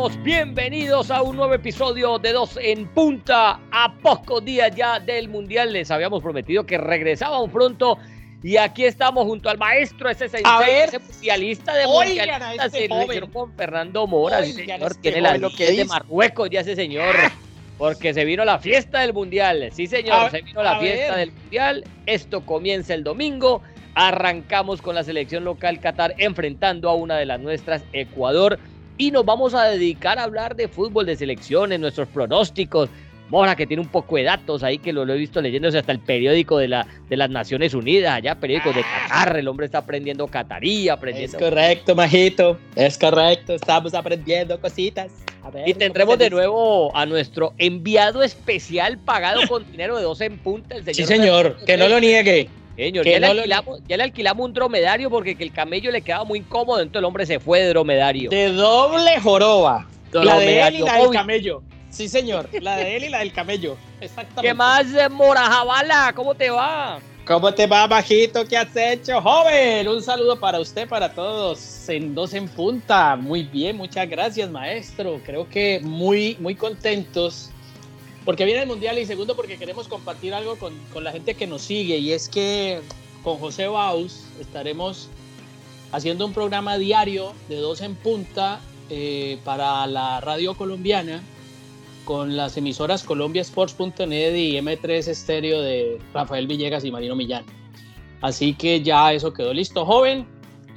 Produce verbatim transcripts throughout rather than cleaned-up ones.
amigos, bienvenidos a un nuevo episodio de Dos en Punta. A pocos días ya del Mundial les habíamos prometido que regresábamos pronto y aquí estamos junto al maestro, ese sensei, ese mundialista de mundialistas, este el señor Juan Fernando Mora. Sí, señor, este tiene la que de Marruecos ya ese señor, porque se vino la fiesta del Mundial. Sí, señor, a, se vino la fiesta ver. del Mundial. Esto comienza el domingo. Arrancamos con la selección local Qatar enfrentando a una de las nuestras, Ecuador. Y nos vamos a dedicar a hablar de fútbol, de selecciones, nuestros pronósticos. Mora, que tiene un poco de datos ahí, que lo, lo he visto leyéndose hasta el periódico de, la, de las Naciones Unidas, allá periódicos de Qatar. El hombre está aprendiendo catarí, aprendiendo. Es correcto, majito, es correcto, estamos aprendiendo cositas. A ver, y tendremos de nuevo a nuestro enviado especial pagado con dinero de dos en punta, el señor. Sí, señor, que no lo niegue. Señor, ya, no le alquilamos, lo... ya le alquilamos un dromedario porque que el camello le quedaba muy incómodo, entonces el hombre se fue de dromedario. De doble joroba. La de él y la del camello. Sí, señor, la de él y la del camello. Exactamente. ¿Qué más, Mora Jabala? ¿Cómo te va? ¿Cómo te va, bajito? ¿Qué has hecho, joven? Un saludo para usted, para todos en Dos en Punta. Muy bien, muchas gracias, maestro. Creo que muy, muy contentos. Porque viene el Mundial y segundo porque queremos compartir algo con, con la gente que nos sigue, y es que con José Baus estaremos haciendo un programa diario de Dos en Punta eh, para la radio colombiana con las emisoras colombia sports punto net y eme tres Estéreo de Rafael Villegas y Marino Millán. Así que ya eso quedó listo, joven.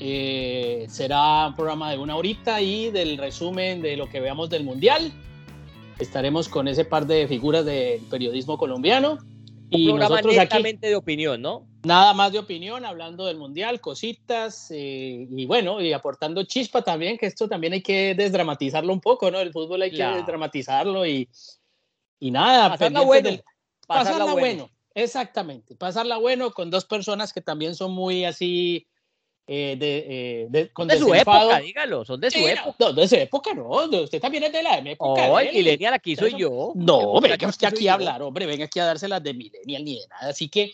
Eh, será un programa de una horita y del resumen de lo que veamos del Mundial. Estaremos con ese par de figuras del periodismo colombiano. Un y programa nosotros netamente aquí, de opinión, ¿no? Nada más de opinión, hablando del Mundial, cositas, eh, y bueno, y aportando chispa también, que esto también hay que desdramatizarlo un poco, ¿no? El fútbol hay claro. que desdramatizarlo y, y nada. Pasarla bueno. Del, pasarla, pasarla bueno. bueno. Exactamente. Pasarla bueno con dos personas que también son muy así... Eh, de, eh, de, con de su época, dígalo, son de su sí, época. No, de su época no, usted también es de la época. Oh, el millennial aquí soy yo. No, venga usted aquí a hablar, hombre, venga aquí a dárselas de millennial ni de nada, así que...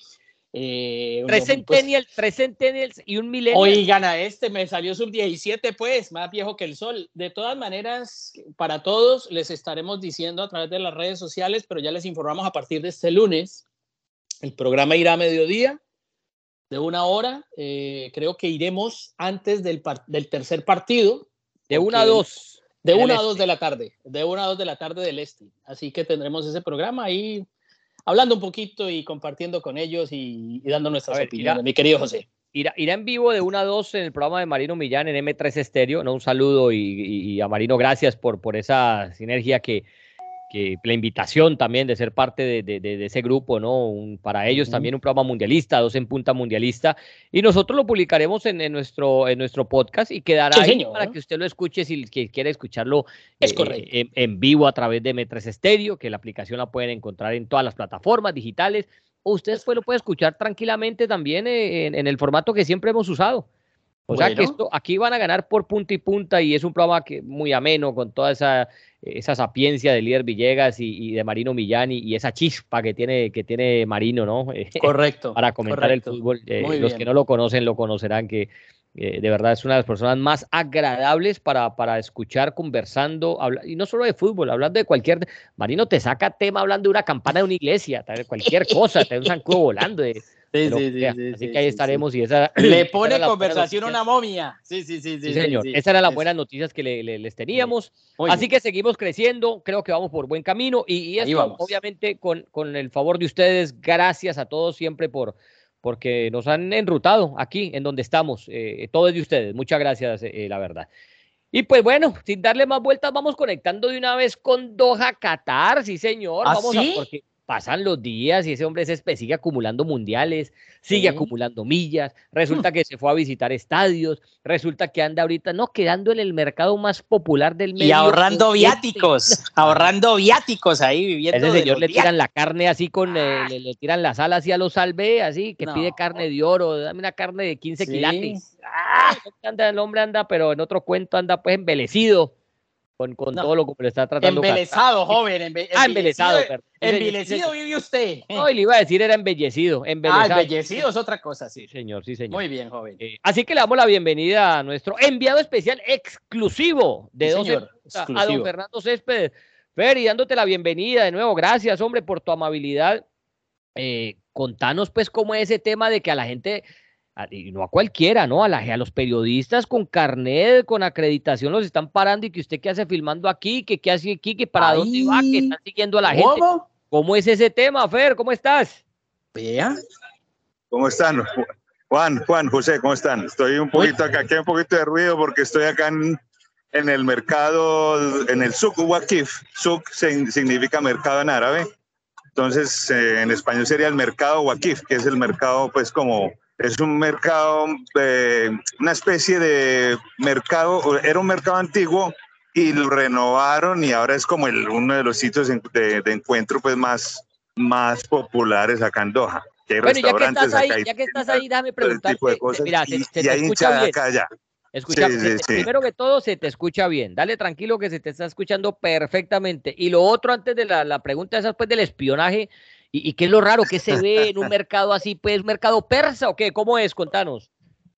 Eh, tres centennials, pues, tres centennials y un millennial. Oigan a este, me salió sub diecisiete pues, más viejo que el sol. De todas maneras, para todos les estaremos diciendo a través de las redes sociales, pero ya les informamos a partir de este lunes, el programa irá a mediodía, de una hora, eh, creo que iremos antes del, par- del tercer partido. De una a dos. De una a dos de la tarde, de una a dos de la tarde del este. Así que tendremos ese programa ahí, hablando un poquito y compartiendo con ellos y, y dando nuestras ver, opiniones, irá, mi querido José. Irá, irá en vivo de una a dos en el programa de Marino Millán en eme tres Estéreo, ¿no? Un saludo y, y, y a Marino, gracias por, por esa sinergia que... que la invitación también de ser parte de, de, de ese grupo, ¿no? Un, para ellos uh-huh. también un programa mundialista, Dos en Punta mundialista, y nosotros lo publicaremos en, en, nuestro, en nuestro podcast y quedará sí, ahí señor, para ¿no? que usted lo escuche si quiere escucharlo es eh, correcto. En, en vivo a través de eme tres Estéreo, que la aplicación la pueden encontrar en todas las plataformas digitales, o usted después lo puede escuchar tranquilamente también en, en el formato que siempre hemos usado. O bueno. sea que esto, aquí van a ganar por punta y punta y es un programa que, muy ameno con toda esa, esa sapiencia de líder Villegas y, y de Marino Millán y, y esa chispa que tiene, que tiene Marino, ¿no? Correcto. Para comentar correcto. el fútbol. Eh, los bien. que no lo conocen lo conocerán, que eh, de verdad es una de las personas más agradables para, para escuchar conversando, habla, y no solo de fútbol, hablando de cualquier... Marino te saca tema hablando de una campana de una iglesia, cualquier cosa, te da un zancudo volando de... Sí, Pero, sí, sí, vea, sí, así sí, que ahí sí, estaremos sí. y esa le pone esa conversación a una momia. Sí, sí, sí, sí, sí señor. Sí, sí. Esas eran las buenas noticias que le, le, les teníamos. Muy así bien. Que seguimos creciendo, creo que vamos por buen camino y, y esto obviamente con, con el favor de ustedes, gracias a todos siempre por porque nos han enrutado aquí en donde estamos, eh, todo es de ustedes, muchas gracias, eh, la verdad. Y pues bueno, sin darle más vueltas, vamos conectando de una vez con Doha, Qatar, sí señor. ¿Ah, vamos sí? a porque pasan los días y ese hombre se sigue acumulando mundiales, sigue sí. acumulando millas, resulta que se fue a visitar estadios, resulta que anda ahorita, no, quedando en el mercado más popular del medio. Y ahorrando viáticos, ahorrando viáticos ahí, viviendo. Ese señor le tiran viáticos. La carne así con, ah. eh, le, le tiran las alas así a los salve, así, que no. pide carne de oro, dame una carne de quince sí. quilates. Ah, anda, el hombre anda, pero en otro cuento anda pues embelecido. con, con No. todo lo que le está tratando. Embelesado, joven. Embe ah, embelesado. Embellecido vive usted. No, y le iba a decir era embellecido. embelesado. Ah, embellecido es otra cosa, sí. Sí, señor, sí, señor. Muy bien, joven. Eh, así que le damos la bienvenida a nuestro enviado especial exclusivo de sí, doce señor. a don Fernando Céspedes. Fer, y dándote la bienvenida de nuevo. Gracias, hombre, por tu amabilidad. Eh, contanos, pues, cómo es ese tema de que a la gente, a, y no a cualquiera, ¿no? A, la, a los periodistas con carnet, con acreditación, los están parando y que usted qué hace filmando aquí, que qué hace aquí, que para Ay, dónde va, que están siguiendo a la ¿cómo? gente. ¿Cómo es ese tema, Fer? ¿Cómo estás? Vea. ¿Cómo están? Juan, Juan, José, ¿cómo están? Estoy un poquito acá, aquí hay un poquito de ruido porque estoy acá en, en el mercado, en el Souk Waqif. Souk significa mercado en árabe. Entonces, eh, en español sería el mercado Waqif, que es el mercado, pues, como, es un mercado, eh, una especie de mercado, era un mercado antiguo y lo renovaron y ahora es como el, uno de los sitios de, de encuentro, pues, más, más populares acá en Doha. Que hay bueno, restaurantes ya que estás ahí, acá, ya que estás ahí, déjame preguntarte, tipo de cosas, mira, y, se, se y te hay escucha bien. Acá, allá. Escucha, sí, sí, se, sí. Primero que todo, se te escucha bien. Dale tranquilo que se te está escuchando perfectamente. Y lo otro, antes de la, la pregunta esa, pues, del espionaje, ¿y, y qué es lo raro que se ve en un mercado así? Pues, ¿un mercado persa o qué? ¿Cómo es? Contanos.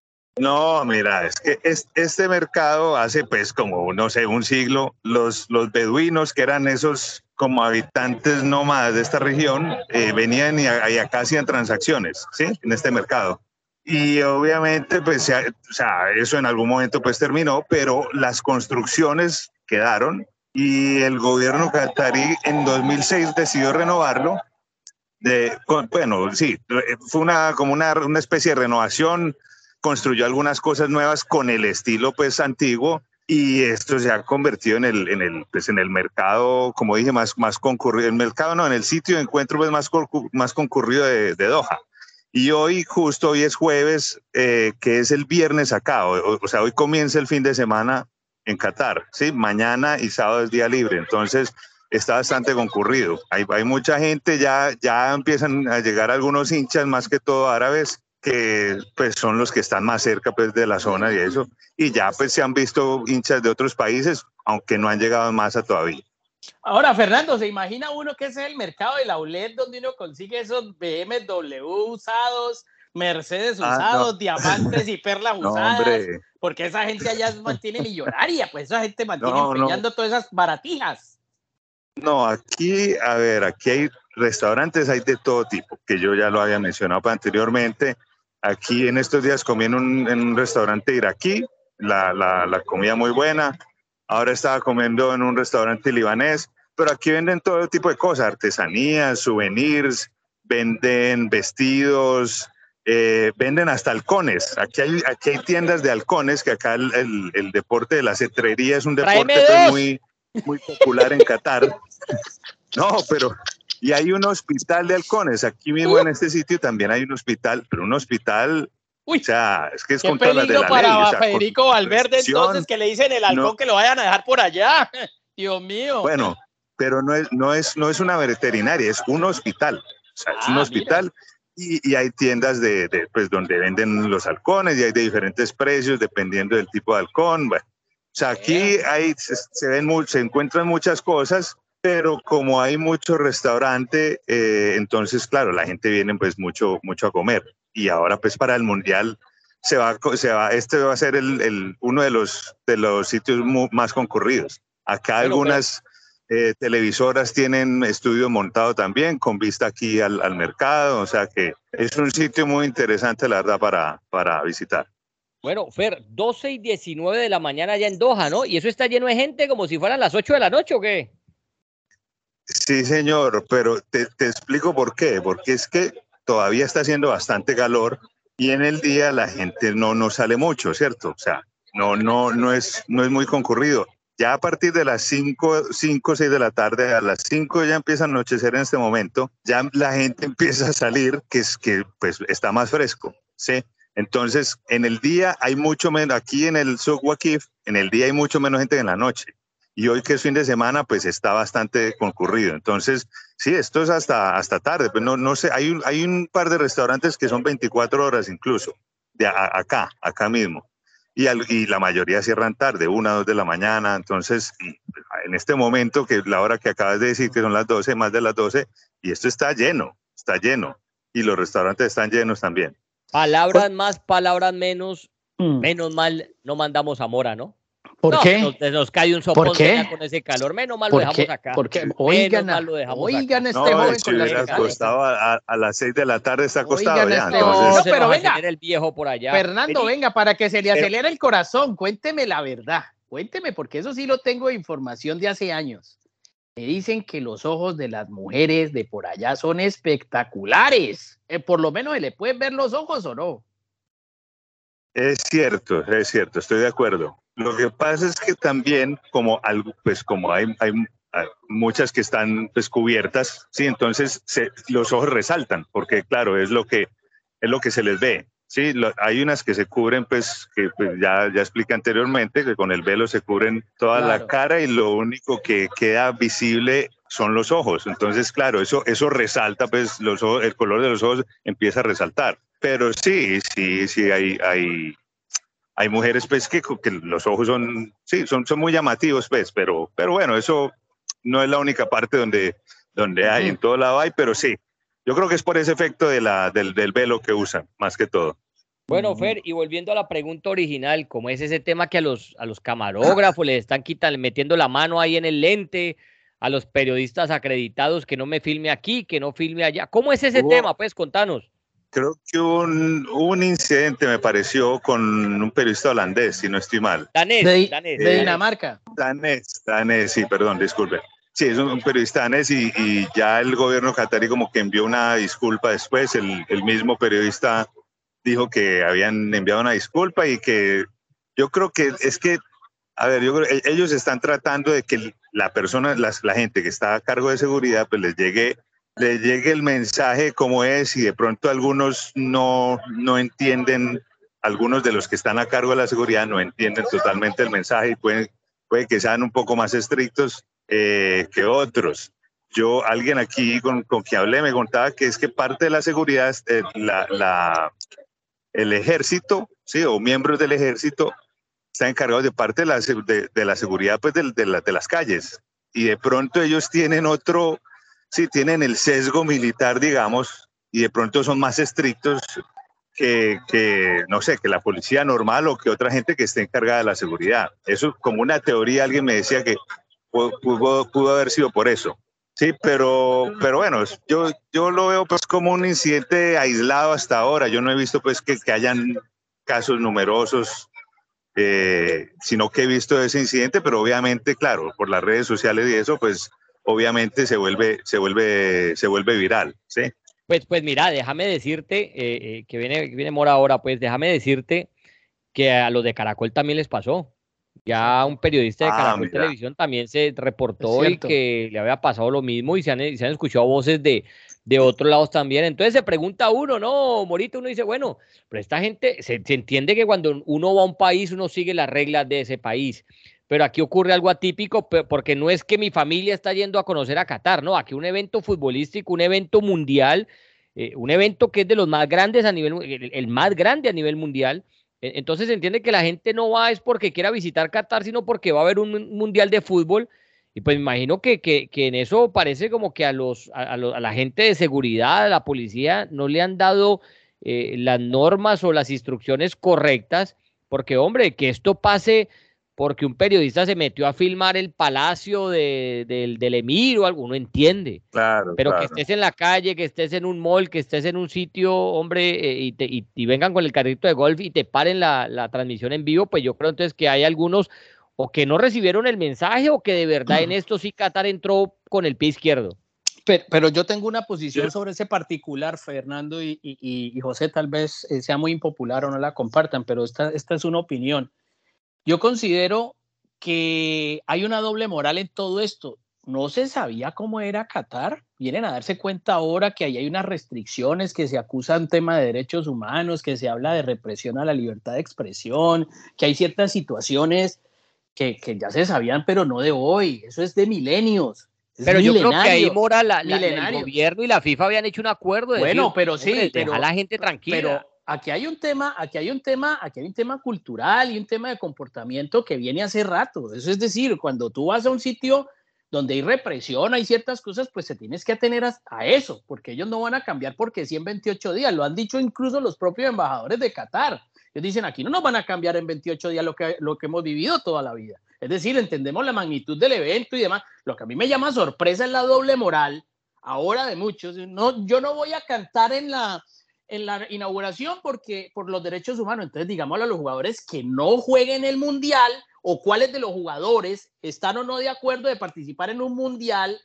No, mira, es que es, este mercado hace, pues, como, no sé, un siglo, los, los beduinos, que eran esos como habitantes nómadas de esta región, eh, venían y, y acá hacían transacciones, ¿sí? En este mercado. Y obviamente, pues, se, o sea, eso en algún momento, pues, terminó, pero las construcciones quedaron y el gobierno catarí en dos mil seis decidió renovarlo. De, bueno, sí, fue una, como una, una especie de renovación, construyó algunas cosas nuevas con el estilo, pues, antiguo, y esto se ha convertido en el, en el, pues, en el mercado, como dije, más, más concurrido, el mercado no, en el sitio de encuentro, pues, más, más concurrido de, de Doha. Y hoy, justo hoy es jueves, eh, que es el viernes acá, o, o sea, hoy comienza el fin de semana en Qatar, ¿sí? Mañana y sábado es día libre, entonces está bastante concurrido. Hay, hay mucha gente, ya, ya empiezan a llegar algunos hinchas, más que todo árabes, que, pues, son los que están más cerca, pues, de la zona y eso, y ya, pues, se han visto hinchas de otros países, aunque no han llegado en masa todavía. Ahora, Fernando, ¿se imagina uno que ese es el mercado del outlet donde uno consigue esos B M W usados, Mercedes Ah, usados, no. diamantes y perlas No, usadas? hombre. Porque esa gente allá mantiene millonaria, pues esa gente mantiene No, empeñando no. todas esas baratijas. No, aquí, a ver, aquí hay restaurantes, hay de todo tipo, que yo ya lo había mencionado anteriormente. Aquí en estos días comí en un, en un restaurante iraquí, la, la, la comida muy buena. Ahora estaba comiendo en un restaurante libanés, pero aquí venden todo tipo de cosas, artesanías, souvenirs, venden vestidos, eh, venden hasta halcones. Aquí hay, aquí hay tiendas de halcones, que acá el, el, el deporte de la cetrería es un deporte, pues, muy, muy popular en Qatar. No, pero... Y hay un hospital de halcones, aquí mismo uh. en este sitio también hay un hospital, pero un hospital... Uy, o sea, es que es qué con todas las de la para ley, o sea, Federico Valverde, entonces, que le dicen el halcón, no, que lo vayan a dejar por allá. Dios mío. Bueno, pero no es, no es, no es una veterinaria, es un hospital. O sea, es ah, un hospital y, y hay tiendas de, de, pues, donde venden los halcones y hay de diferentes precios dependiendo del tipo de halcón. Bueno, o sea, aquí hay, se, se, ven, se encuentran muchas cosas, pero como hay mucho restaurante, eh, entonces, claro, la gente viene, pues, mucho, mucho a comer. Y ahora, pues, para el Mundial se va, se va, este va a ser el, el, uno de los, de los sitios muy, más concurridos. Acá bueno, algunas pero... eh, televisoras tienen estudio montado también con vista aquí al, al mercado, o sea que es un sitio muy interesante, la verdad, para, para visitar. Bueno, Fer, doce y diecinueve de la mañana allá en Doha, ¿no? ¿Y eso está lleno de gente como si fueran las ocho de la noche o qué? Sí, señor, pero te, te explico por qué. Porque es que todavía está haciendo bastante calor y en el día la gente no, no sale mucho, ¿cierto? O sea, no, no, no, es, no es muy concurrido. Ya a partir de las cinco, cinco, seis de la tarde, a las cinco ya empieza a anochecer en este momento, ya la gente empieza a salir, que es que pues está más fresco, ¿sí? Entonces, en el día hay mucho menos, aquí en el Souk Waqif, en el día hay mucho menos gente que en la noche. Y hoy que es fin de semana, pues está bastante concurrido. Entonces, sí, esto es hasta, hasta tarde. Pues no, no sé, hay un, hay un par de restaurantes que son veinticuatro horas incluso, de a, acá, acá mismo. y, al, y la mayoría cierran tarde, una, dos de la mañana. Entonces, en este momento, que la hora que acabas de decir que son las doce, más de las doce, y esto está lleno, está lleno, y los restaurantes están llenos también. Palabras más, palabras menos, mm. menos mal no mandamos a Mora, ¿no? ¿Por no, qué? Nos, nos cae un sopón con ese calor, menos mal lo dejamos qué? acá. Porque oigan, menos mal lo dejamos oigan acá. este no, joven si con hubiera las acostado a, a las seis de la tarde está acostado oigan ya. Este Entonces... No, pero venga, el viejo por allá. Fernando, Vení. venga, para que se le acelere pero... el corazón, cuénteme la verdad, cuénteme, porque eso sí lo tengo de información de hace años. Me dicen que los ojos de las mujeres de por allá son espectaculares. Eh, por lo menos se le pueden ver los ojos, ¿o no? Es cierto, es cierto, estoy de acuerdo. Lo que pasa es que también, como algo, pues como hay, hay, hay muchas que están pues, cubiertas, sí, entonces se, los ojos resaltan, porque claro, es lo que es lo que se les ve. Sí, lo, hay unas que se cubren, pues, que pues, ya, ya expliqué anteriormente, que con el velo se cubren toda claro. la cara y lo único que queda visible son los ojos. Entonces, claro, eso, eso resalta, pues, los ojos, el color de los ojos empieza a resaltar. Pero sí, sí, sí, hay, hay, hay mujeres, pues, que, que los ojos son, sí, son, son muy llamativos, pues, pero, pero bueno, eso no es la única parte donde, donde hay, en todo lado hay, pero sí. Yo creo que es por ese efecto de la, del, del velo que usan, más que todo. Bueno, Fer, y volviendo a la pregunta original, ¿cómo es ese tema que a los, a los camarógrafos les están quitando, metiendo la mano ahí en el lente, a los periodistas acreditados que no me filme aquí, que no filme allá? ¿Cómo es ese Hubo, tema? Pues, contanos. Creo que hubo un, un incidente, me pareció, con un periodista holandés, si no estoy mal. Danés, de, danés, de eh, Dinamarca. Danés, danés, sí, perdón, disculpe. Sí, es un periodista danés y, y ya el gobierno catarí como que envió una disculpa después. El, el mismo periodista dijo que habían enviado una disculpa y que yo creo que es que, a ver, yo creo que ellos están tratando de que la persona, la, la gente que está a cargo de seguridad, pues les llegue, les llegue el mensaje como es y de pronto algunos no, no entienden, algunos de los que están a cargo de la seguridad no entienden totalmente el mensaje y pueden, puede que sean un poco más estrictos Eh, que otros. Yo, alguien aquí con, con quien hablé me contaba que es que parte de la seguridad, eh, la, la, el ejército, sí, o miembros del ejército están encargados de parte de la, de, de la seguridad pues, de, de, la, de las calles. Y de pronto ellos tienen otro, sí, tienen el sesgo militar, digamos, y de pronto son más estrictos que, que, no sé, que la policía normal o que otra gente que esté encargada de la seguridad. Eso, como una teoría, alguien me decía que Pudo, pudo haber sido por eso, sí, pero, pero bueno, yo, yo lo veo pues como un incidente aislado hasta ahora. Yo no he visto pues que, que hayan casos numerosos, eh, sino que he visto ese incidente, pero obviamente, claro, por las redes sociales y eso, pues obviamente se vuelve, se vuelve, se vuelve viral, ¿sí? Pues, pues mira, déjame decirte, eh, eh, que viene, que viene Mora ahora, pues déjame decirte que a los de Caracol también les pasó. Ya un periodista de Caracol ah, Televisión también se reportó y que le había pasado lo mismo y se han, se han escuchado voces de, de otros lados también. Entonces se pregunta uno, no, Morito, uno dice, bueno, pero esta gente, se, se entiende que cuando uno va a un país uno sigue las reglas de ese país, pero aquí ocurre algo atípico porque no es que mi familia está yendo a conocer a Qatar, no, aquí un evento futbolístico, un evento mundial, eh, un evento que es de los más grandes a nivel, el, el más grande a nivel mundial. Entonces se entiende que la gente no va es porque quiera visitar Qatar, sino porque va a haber un mundial de fútbol. Y pues me imagino que, que, que en eso parece como que a, los, a, a, los, a la gente de seguridad, a la policía, no le han dado eh, las normas o las instrucciones correctas. Porque, hombre, que esto pase porque un periodista se metió a filmar el palacio de, de, del emir o algo, uno entiende. Claro, pero claro. Que estés en la calle, que estés en un mall, que estés en un sitio, hombre, eh, y, te, y, y vengan con el carrito de golf y te paren la, la transmisión en vivo, pues yo creo entonces que hay algunos o que no recibieron el mensaje o que de verdad en esto sí Qatar entró con el pie izquierdo. Pero, pero yo tengo una posición sobre ese particular, Fernando y, y, y José, tal vez sea muy impopular o no la compartan, pero esta, esta es una opinión. Yo considero que hay una doble moral en todo esto. No se sabía cómo era Qatar. Vienen a darse cuenta ahora que ahí hay unas restricciones, que se acusa un tema de derechos humanos, que se habla de represión a la libertad de expresión, que hay ciertas situaciones que, que ya se sabían, pero no de hoy. Eso es de milenios. Es pero yo milenario, creo que ahí, Mora, la, la, el gobierno y la FIFA habían hecho un acuerdo de bueno, decir, pero sí, hombre, pero, deja a la gente tranquila. Pero aquí hay un tema, aquí hay un tema, aquí hay un tema cultural y un tema de comportamiento que viene hace rato. Eso es decir, cuando tú vas a un sitio donde hay represión, hay ciertas cosas, pues se tienes que atener a, a eso, porque ellos no van a cambiar porque sí en veintiocho días. Lo han dicho incluso los propios embajadores de Qatar. Ellos dicen, aquí no nos van a cambiar en veintiocho días lo que, lo que hemos vivido toda la vida. Es decir, entendemos la magnitud del evento y demás. Lo que a mí me llama sorpresa es la doble moral, ahora de muchos. No, yo no voy a cantar en la, en la inauguración porque por los derechos humanos. Entonces, digámosle a los jugadores que no jueguen el Mundial, o cuáles de los jugadores están o no de acuerdo de participar en un Mundial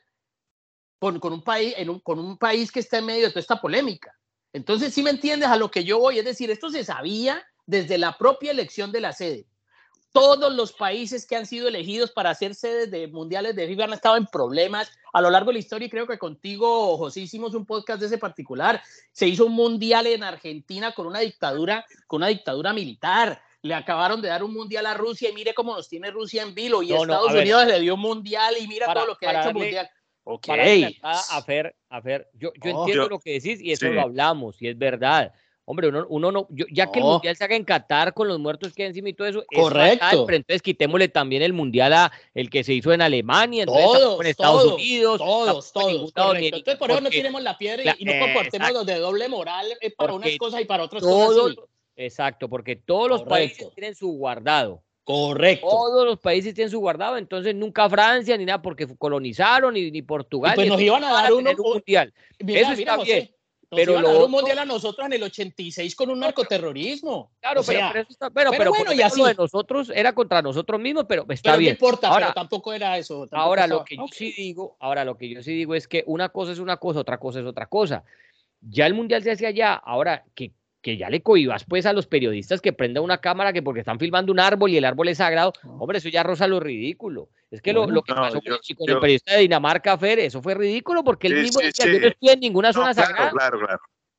con, con, un, país, en un, con un país que está en medio de toda esta polémica. Entonces, ¿sí me entiendes a lo que yo voy? Es decir, esto se sabía desde la propia elección de la sede. Todos los países que han sido elegidos para hacer sedes de mundiales de FIFA han estado en problemas a lo largo de la historia, y creo que contigo, José, hicimos un podcast de ese particular. Se hizo un mundial en Argentina con una dictadura, con una dictadura militar. Le acabaron de dar un mundial a Rusia y mire cómo nos tiene Rusia en vilo, y no, Estados no, Unidos le dio un mundial y mira para, todo lo que ha hecho el mundial. Ok. A Fer, a Fer, yo, yo oh, entiendo yo, lo que decís y eso sí. Lo hablamos y es verdad. Hombre, uno, uno no, yo, ya no. que el mundial se haga en Qatar con los muertos que hay encima y todo eso, correcto. Es fatal, pero entonces quitémosle también el mundial a el que se hizo en Alemania, entonces todos, en Estados todos, Unidos, todos, todos, correcto. Ni, entonces por eso no tenemos la piedra la, y no comportemos los de doble moral es para unas cosas y para otras todos, cosas. Sí. Exacto, porque todos los correcto. Países tienen su guardado. Correcto. Todos los países tienen su guardado, entonces nunca Francia ni nada, porque colonizaron, ni, ni Portugal. Y pues ni nos iban a dar uno, un mundial. Mira, eso mira, está José, bien. Nos pero iban lo a dar un otro, mundial a nosotros en el ochenta y seis con un narcoterrorismo. Claro, o sea, pero, pero eso está bueno, pero, pero bueno, por y así. lo de nosotros era contra nosotros mismos, pero está pero bien. No importa, ahora, pero tampoco era eso. Tampoco ahora estaba, lo que yo okay. sí digo, ahora lo que yo sí digo es que una cosa es una cosa, otra cosa es otra cosa. Ya el mundial se hace allá, ahora que que ya le cohibas pues a los periodistas que prendan una cámara que porque están filmando un árbol y el árbol es sagrado, hombre, eso ya roza lo ridículo. Es que bueno, lo, lo que no, pasó yo, con, el, con yo, el periodista de Dinamarca, Fer, eso fue ridículo porque él sí, mismo sí, decía, sí. yo no estoy en ninguna no, zona claro, sagrada. Claro, claro.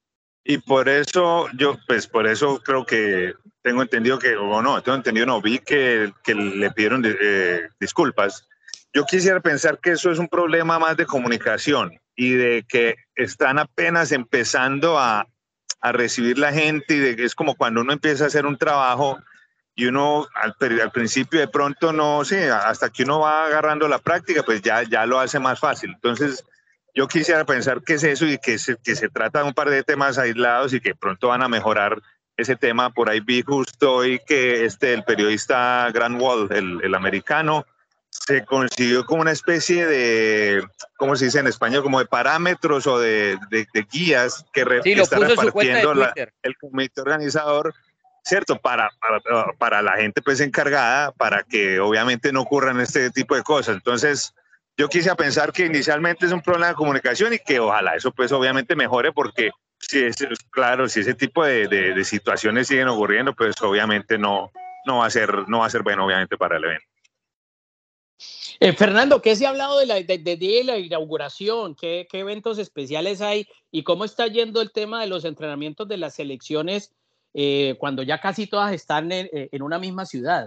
Y por eso, yo, pues por eso creo que tengo entendido que, o no, tengo entendido, no, vi que, que le pidieron eh, disculpas. Yo quisiera pensar que eso es un problema más de comunicación y de que están apenas empezando a a recibir la gente y de que es como cuando uno empieza a hacer un trabajo y uno al, al principio de pronto no, sí, hasta que uno va agarrando la práctica, pues ya, ya lo hace más fácil. Entonces yo quisiera pensar que es eso y que se, que se trata de un par de temas aislados y que pronto van a mejorar ese tema. Por ahí vi justo hoy que este, el periodista Grant Wall, el, el americano, se consiguió como una especie de, ¿cómo se dice en español? Como de parámetros o de, de, de guías que, re, sí, que está repartiendo la, el comité organizador, ¿cierto? Para, para, para la gente pues encargada, para que obviamente no ocurran este tipo de cosas. Entonces, yo quise pensar que inicialmente es un problema de comunicación y que ojalá eso pues obviamente mejore, porque si es, claro, si ese tipo de, de, de situaciones siguen ocurriendo, pues obviamente no, no, va a ser, no va a ser bueno obviamente para el evento. Eh, Fernando, ¿qué se ha hablado de la, de, de, de la inauguración? ¿Qué, ¿Qué eventos especiales hay? ¿Y cómo está yendo el tema de los entrenamientos de las selecciones eh, cuando ya casi todas están en, en una misma ciudad?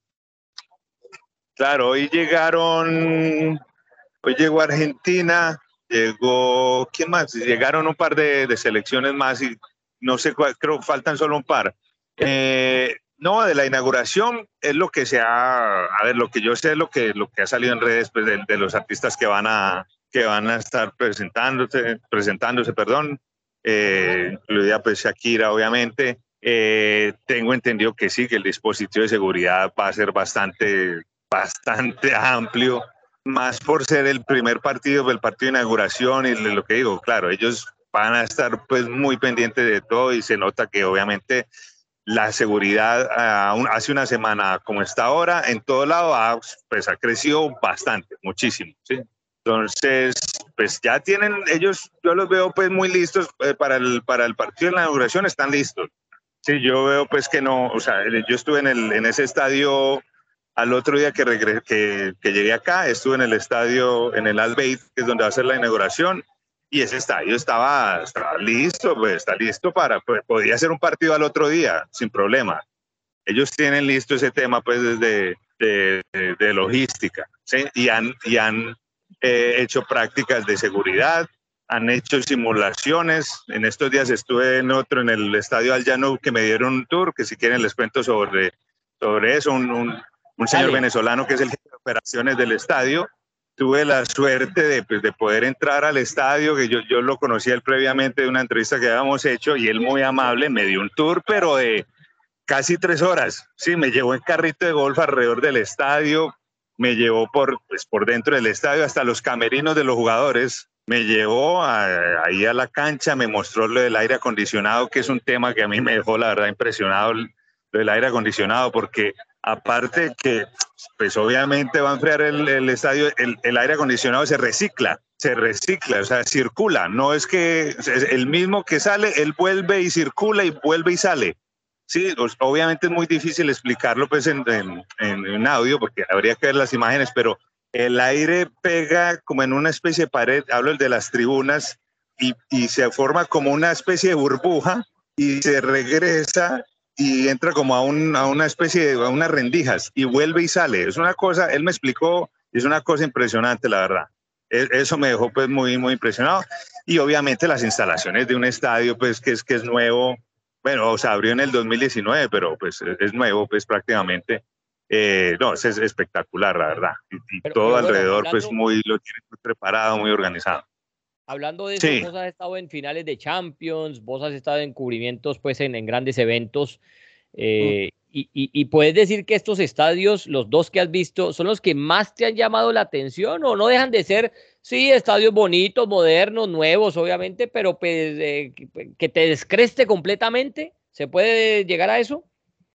Claro, hoy llegaron, hoy llegó Argentina, llegó, ¿quién más? Llegaron un par de, de selecciones más y no sé cuál, creo que faltan solo un par. Eh, No, de la inauguración es lo que se ha, a ver, lo que yo sé es lo que, lo que ha salido en redes pues, de, de los artistas que van a, que van a estar presentándose, presentándose, perdón, eh, incluida pues Shakira, obviamente. Eh, tengo entendido que sí, que el dispositivo de seguridad va a ser bastante, bastante amplio, más por ser el primer partido, el partido de inauguración y lo que digo, claro, ellos van a estar pues muy pendientes de todo y se nota que obviamente la seguridad uh, hace una semana como está ahora, en todo lado ha, pues, ha crecido bastante, muchísimo, ¿sí? Entonces, pues ya tienen, ellos, yo los veo pues muy listos eh, para, el, para el partido de la inauguración, están listos. Sí, yo veo pues que no, o sea, yo estuve en, el, en ese estadio al otro día que, regresé, que, que llegué acá, estuve en el estadio, en el Al Bayt, que es donde va a ser la inauguración, y ese estadio estaba, estaba listo, pues está listo para, pues, podía ser un partido al otro día, sin problema. Ellos tienen listo ese tema, pues, desde de, de, de logística, ¿sí? Y han, y han eh, hecho prácticas de seguridad, han hecho simulaciones. En estos días estuve en otro, en el estadio Al Janoub, que me dieron un tour, que si quieren les cuento sobre, sobre eso. Un, un, un señor Dale. venezolano que es el jefe de operaciones del estadio. Tuve la suerte de, pues, de poder entrar al estadio, que yo, yo lo conocía él previamente de una entrevista que habíamos hecho, y él muy amable me dio un tour, pero de casi tres horas. Sí, me llevó en carrito de golf alrededor del estadio, me llevó por, pues, por dentro del estadio hasta los camerinos de los jugadores, me llevó a, ahí a la cancha, me mostró lo del aire acondicionado, que es un tema que a mí me dejó la verdad impresionado, lo del aire acondicionado, porque aparte que pues obviamente va a enfriar el, el estadio, el, el aire acondicionado se recicla, se recicla, o sea, circula, no es que es el mismo que sale, él vuelve y circula y vuelve y sale. Sí, pues, obviamente es muy difícil explicarlo pues en, en, en audio porque habría que ver las imágenes, pero el aire pega como en una especie de pared, hablo de las tribunas, y, y se forma como una especie de burbuja y se regresa y entra como a, un, a una especie de a unas rendijas y vuelve y sale. Es una cosa, él me explicó, es una cosa impresionante, la verdad. Eso me dejó pues muy, muy impresionado. Y obviamente las instalaciones de un estadio pues que es, que es nuevo, bueno, o sea, abrió en el dos mil diecinueve, pero pues es nuevo pues prácticamente. Eh, no, es, es espectacular, la verdad. Y, y Pero, todo pero bueno, alrededor hablando, pues muy, lo tiene muy preparado, muy organizado. Hablando de eso, Sí. vos has estado en finales de Champions, vos has estado en cubrimientos pues en, en grandes eventos. Eh, mm. y, y, y puedes decir que estos estadios, los dos que has visto, son los que más te han llamado la atención, o no dejan de ser, sí, estadios bonitos, modernos, nuevos, obviamente, pero pues, eh, que, que te descreste completamente. ¿Se puede llegar a eso?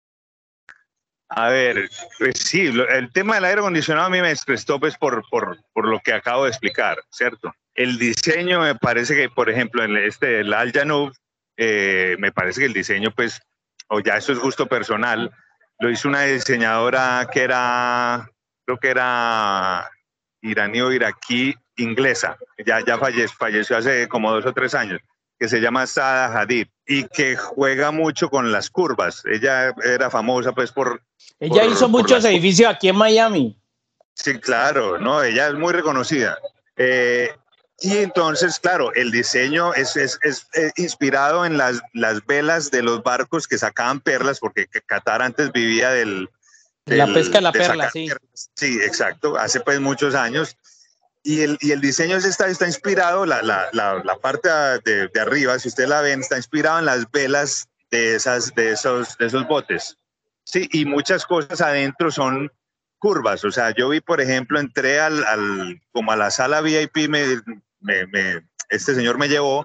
A ver, pues sí, el tema del aire acondicionado a mí me descrestó pues por, por, por lo que acabo de explicar, ¿cierto? El diseño me parece que, por ejemplo, en este, el Al Janoub, eh, me parece que el diseño pues, o ya eso es gusto personal, lo hizo una diseñadora que era, creo que era iraní o iraquí inglesa, ya, ya falleció, falleció hace como dos o tres años, que se llama Zaha Hadid y que juega mucho con las curvas. Ella era famosa pues por... Ella por, hizo por muchos las... edificios aquí en Miami. Sí, claro, no, ella es muy reconocida. Eh, y entonces, claro, el diseño es, es, es, es inspirado en las, las velas de los barcos que sacaban perlas, porque Qatar antes vivía del... del la pesca de la de perla, sí. Perlas. Sí, exacto, hace pues muchos años. Y el, y el diseño está, está inspirado, la, la, la, la parte de, de arriba, si ustedes la ven, está inspirado en las velas de, esas, de, esos, de esos botes. Sí, y muchas cosas adentro son curvas. O sea, yo vi, por ejemplo, entré al, al como a la sala V I P, me, me, me, este señor me llevó,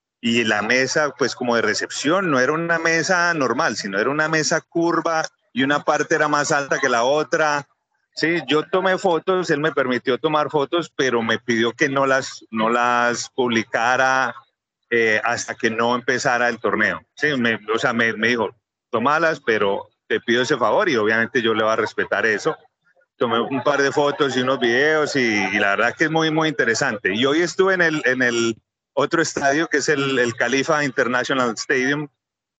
y la mesa, pues como de recepción, no era una mesa normal, sino era una mesa curva y una parte era más alta que la otra. Sí, yo tomé fotos, él me permitió tomar fotos, pero me pidió que no las, no las publicara eh, hasta que no empezara el torneo. Sí, me, o sea, me, me dijo, tómalas, pero te pido ese favor, y obviamente yo le voy a respetar eso. Tomé un par de fotos y unos videos, y, y la verdad que es muy, muy interesante. Y hoy estuve en el, en el otro estadio, que es el, el Khalifa International Stadium,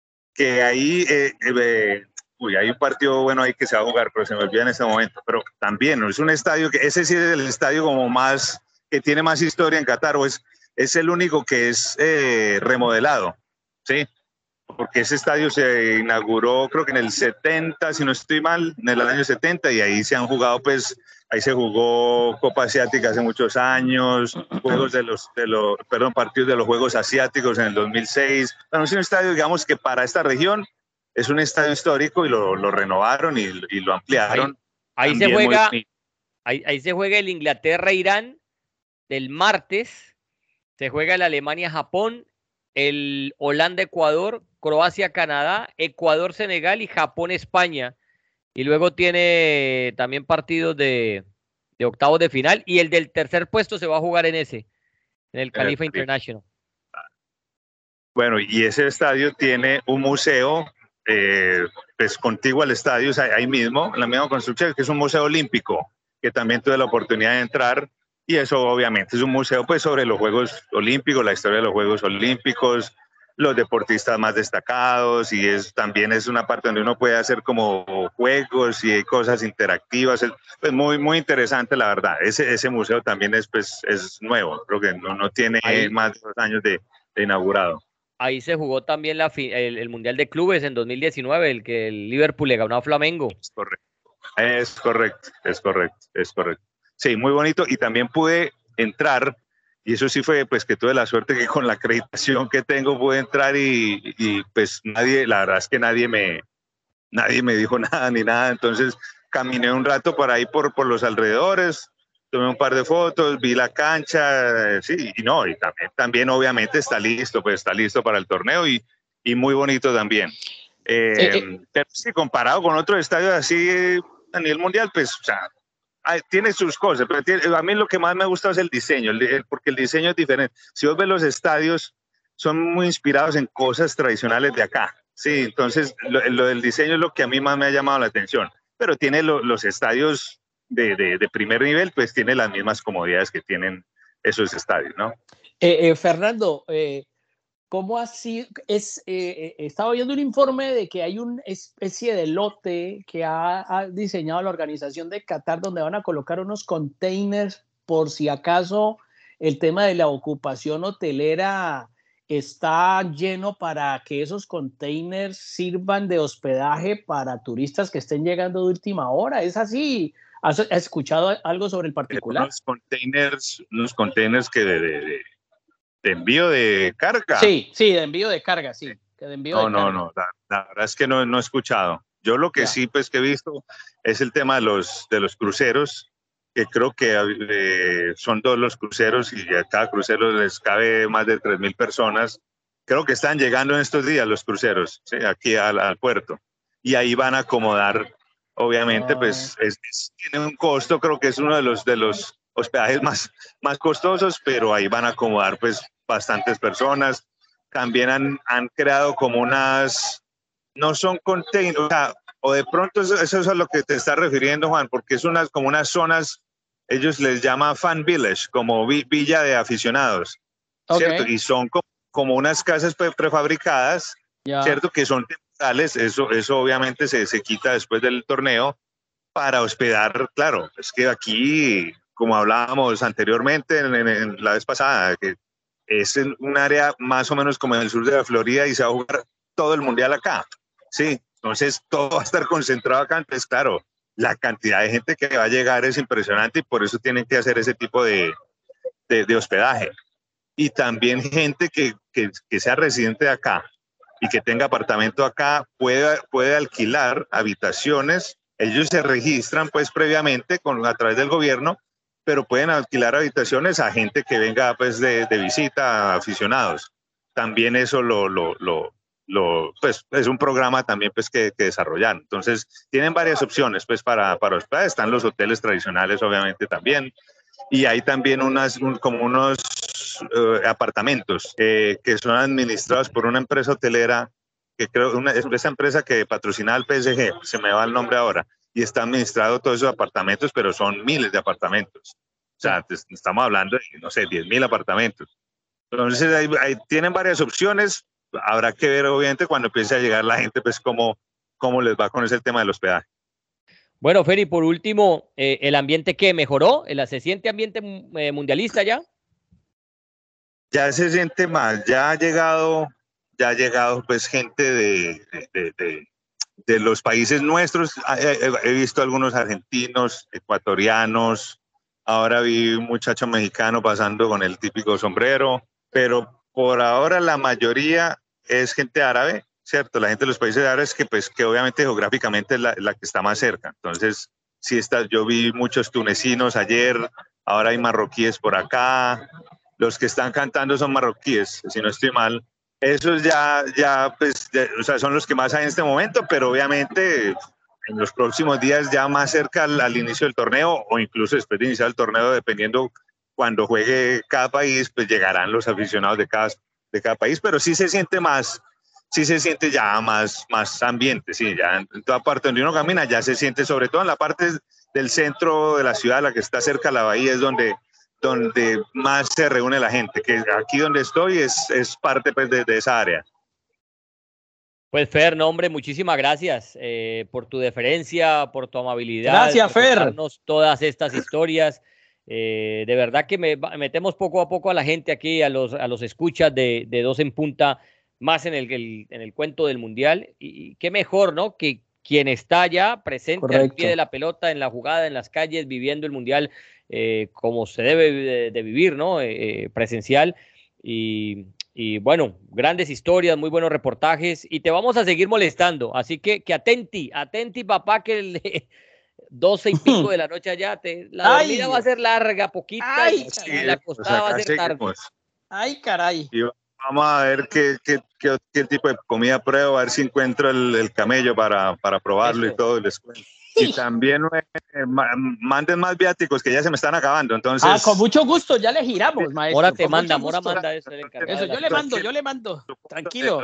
que ahí... Eh, eh, Uy, hay un partido bueno ahí que se va a jugar, pero se me olvida en este momento. Pero también, ¿no? Es un estadio que, ese sí es el estadio como más, que tiene más historia en Qatar, o es, es el único que es eh, remodelado, ¿sí? Porque ese estadio se inauguró, creo que en el setenta, si no estoy mal, en el año setenta, y ahí se han jugado, pues, ahí se jugó Copa Asiática hace muchos años, juegos de los, de los, perdón, partidos de los Juegos Asiáticos en el dos mil seis. Bueno, es un estadio, digamos, que para esta región es un estadio histórico, y lo, lo renovaron y, y lo ampliaron. Ahí, ahí se juega, ahí, ahí se juega el Inglaterra-Irán del martes, se juega el Alemania-Japón, el Holanda-Ecuador, Croacia-Canadá, Ecuador-Senegal y Japón-España. Y luego tiene también partidos de, de octavos de final, y el del tercer puesto se va a jugar en ese, en el Khalifa eh, International. Bueno, y ese estadio tiene un museo Eh, pues contiguo al estadio, ahí mismo, en la misma construcción, que es un museo olímpico, que también tuve la oportunidad de entrar, y eso obviamente es un museo pues sobre los Juegos Olímpicos, la historia de los Juegos Olímpicos. los deportistas más destacados y es, también es una parte donde uno puede hacer como juegos y cosas interactivas. Es pues muy, muy interesante, la verdad. Ese, ese museo también es, pues, es nuevo, creo que no, no tiene ahí, más de dos años de, de inaugurado. Ahí se jugó también la, el, el Mundial de Clubes en dos mil diecinueve, el que el Liverpool le ganó a Flamengo. Es correcto, es correcto, es correcto, es correcto. Sí, muy bonito y también pude entrar. Y eso sí fue, pues, que tuve la suerte que con la acreditación que tengo pude entrar y, y pues nadie, la verdad es que nadie me, nadie me dijo nada ni nada. Entonces caminé un rato por ahí, por, por los alrededores, tomé un par de fotos, vi la cancha, eh, sí, y no, y también, también obviamente está listo, pues está listo para el torneo y, y muy bonito también. Eh, eh, eh. Pero sí, comparado con otros estadios así a nivel mundial, pues, o sea, tiene sus cosas, pero tiene, a mí lo que más me gusta es el diseño, el, el, porque el diseño es diferente. Si vos ves los estadios, son muy inspirados en cosas tradicionales de acá, sí, entonces lo, lo del diseño es lo que a mí más me ha llamado la atención, pero tiene lo, los estadios de, de, de primer nivel, pues tiene las mismas comodidades que tienen esos estadios, ¿no? Eh, eh, Fernando, eh, ¿cómo así? Es, eh, estaba viendo un informe de que hay una especie de lote que ha, ha diseñado la organización de Qatar donde van a colocar unos containers por si acaso el tema de la ocupación hotelera está lleno, para que esos containers sirvan de hospedaje para turistas que estén llegando de última hora. ¿Es así? ¿Has, has escuchado algo sobre el particular? Unos containers, unos containers que de... de, de... ¿De envío de carga? Sí, sí, de envío de carga, sí. De envío no, de no, carga. no, la, la verdad es que no, no he escuchado. Yo lo que ya. sí pues que he visto es el tema de los, de los cruceros, que creo que eh, son dos los cruceros y a cada crucero les cabe más de tres mil personas. Creo que están llegando en estos días los cruceros, ¿sí? Aquí al, al puerto. Y ahí van a acomodar, obviamente, oh. pues es, es, tiene un costo, creo que es uno de los, de los hospedajes más, más costosos, pero ahí van a acomodar pues bastantes personas. También han, han creado como unas, no son containers, o, sea, o de pronto eso, eso es a lo que te estás refiriendo, Juan, porque es unas, como unas zonas, ellos les llaman fan village, como vi, villa de aficionados, okay. ¿cierto? Y son como, como unas casas pre prefabricadas, yeah. ¿cierto? Que son temporales, eso, eso obviamente se, se quita después del torneo para hospedar, claro, es que aquí, como hablábamos anteriormente en, en, en la vez pasada, que es un área más o menos como en el sur de la Florida y se va a jugar todo el mundial acá, sí, entonces todo va a estar concentrado acá, entonces claro, la cantidad de gente que va a llegar es impresionante y por eso tienen que hacer ese tipo de, de, de hospedaje. Y también gente que, que, que sea residente de acá y que tenga apartamento acá puede, puede alquilar habitaciones. Ellos se registran pues previamente con, a través del gobierno, pero pueden alquilar habitaciones a gente que venga pues de, de visita, a aficionados. También eso lo, lo, lo, lo, pues es un programa también pues que, que desarrollar. Entonces tienen varias opciones pues para, para hospedar. Están los hoteles tradicionales obviamente también. Y hay también unas, un, como unos uh, apartamentos eh, que son administrados por una empresa hotelera, que creo, una, esa empresa que patrocina al P S G, se me va el nombre ahora, y está administrado todos esos apartamentos, pero son miles de apartamentos. O sea, estamos hablando de, no sé, diez mil apartamentos. Entonces, ahí, ahí tienen varias opciones. Habrá que ver, obviamente, cuando empiece a llegar la gente, pues, cómo, cómo les va con ese tema del hospedaje. Bueno, Feri, por último, eh, ¿el ambiente qué mejoró? ¿El, ¿Se siente ambiente eh, mundialista ya? Ya se siente más, ya ha llegado, ya ha llegado pues gente de, de, de, de los países nuestros. He, he visto algunos argentinos, ecuatorianos, ahora vi un muchacho mexicano pasando con el típico sombrero, pero por ahora la mayoría es gente árabe, ¿cierto? La gente de los países árabes que, pues, que obviamente geográficamente es la, la que está más cerca. Entonces, sí está, yo vi muchos tunecinos ayer, ahora hay marroquíes por acá. Los que están cantando son marroquíes, si no estoy mal. Esos ya, ya pues, ya, o sea, son los que más hay en este momento, pero obviamente en los próximos días, ya más cerca al, al inicio del torneo, o incluso después de iniciar el torneo, dependiendo cuando juegue cada país, pues llegarán los aficionados de cada, de cada país, pero sí se siente más, sí se siente ya más, más ambiente, sí, ya en, en toda parte donde uno camina ya se siente, sobre todo en la parte del centro de la ciudad, la que está cerca de la bahía, es donde, donde más se reúne la gente, que aquí donde estoy es, es parte pues, de, de esa área. Pues Fer, no, hombre, muchísimas gracias eh, por tu deferencia, por tu amabilidad. Gracias, por Fer. contarnos todas estas historias. Eh, de verdad que me, metemos poco a poco a la gente aquí, a los, a los escuchas de, de Dos en Punta, más en el, el, en el cuento del Mundial. Y, y qué mejor, ¿no? Que quien está ya presente Correcto. Al pie de la pelota, en la jugada, en las calles, viviendo el Mundial eh, como se debe de, de vivir, ¿no? Eh, presencial. Y, y bueno, grandes historias, muy buenos reportajes y te vamos a seguir molestando. Así que, que atenti, atenti, papá, que el de doce y pico de la noche allá, te, la dormida Ay. va a ser larga, poquita, Ay, y la acostada va a ser tarde. Ay, caray. Y vamos a ver qué, qué, qué, qué tipo de comida pruebo, a ver si encuentro el, el camello para, para probarlo Eso. y todo. Les cuento. Y también eh, manden más viáticos que ya se me están acabando, entonces... Ah, con mucho gusto, ya le giramos, maestro. Mora te manda, Mora manda eso. Eso, yo le mando, yo le mando. Tranquilo.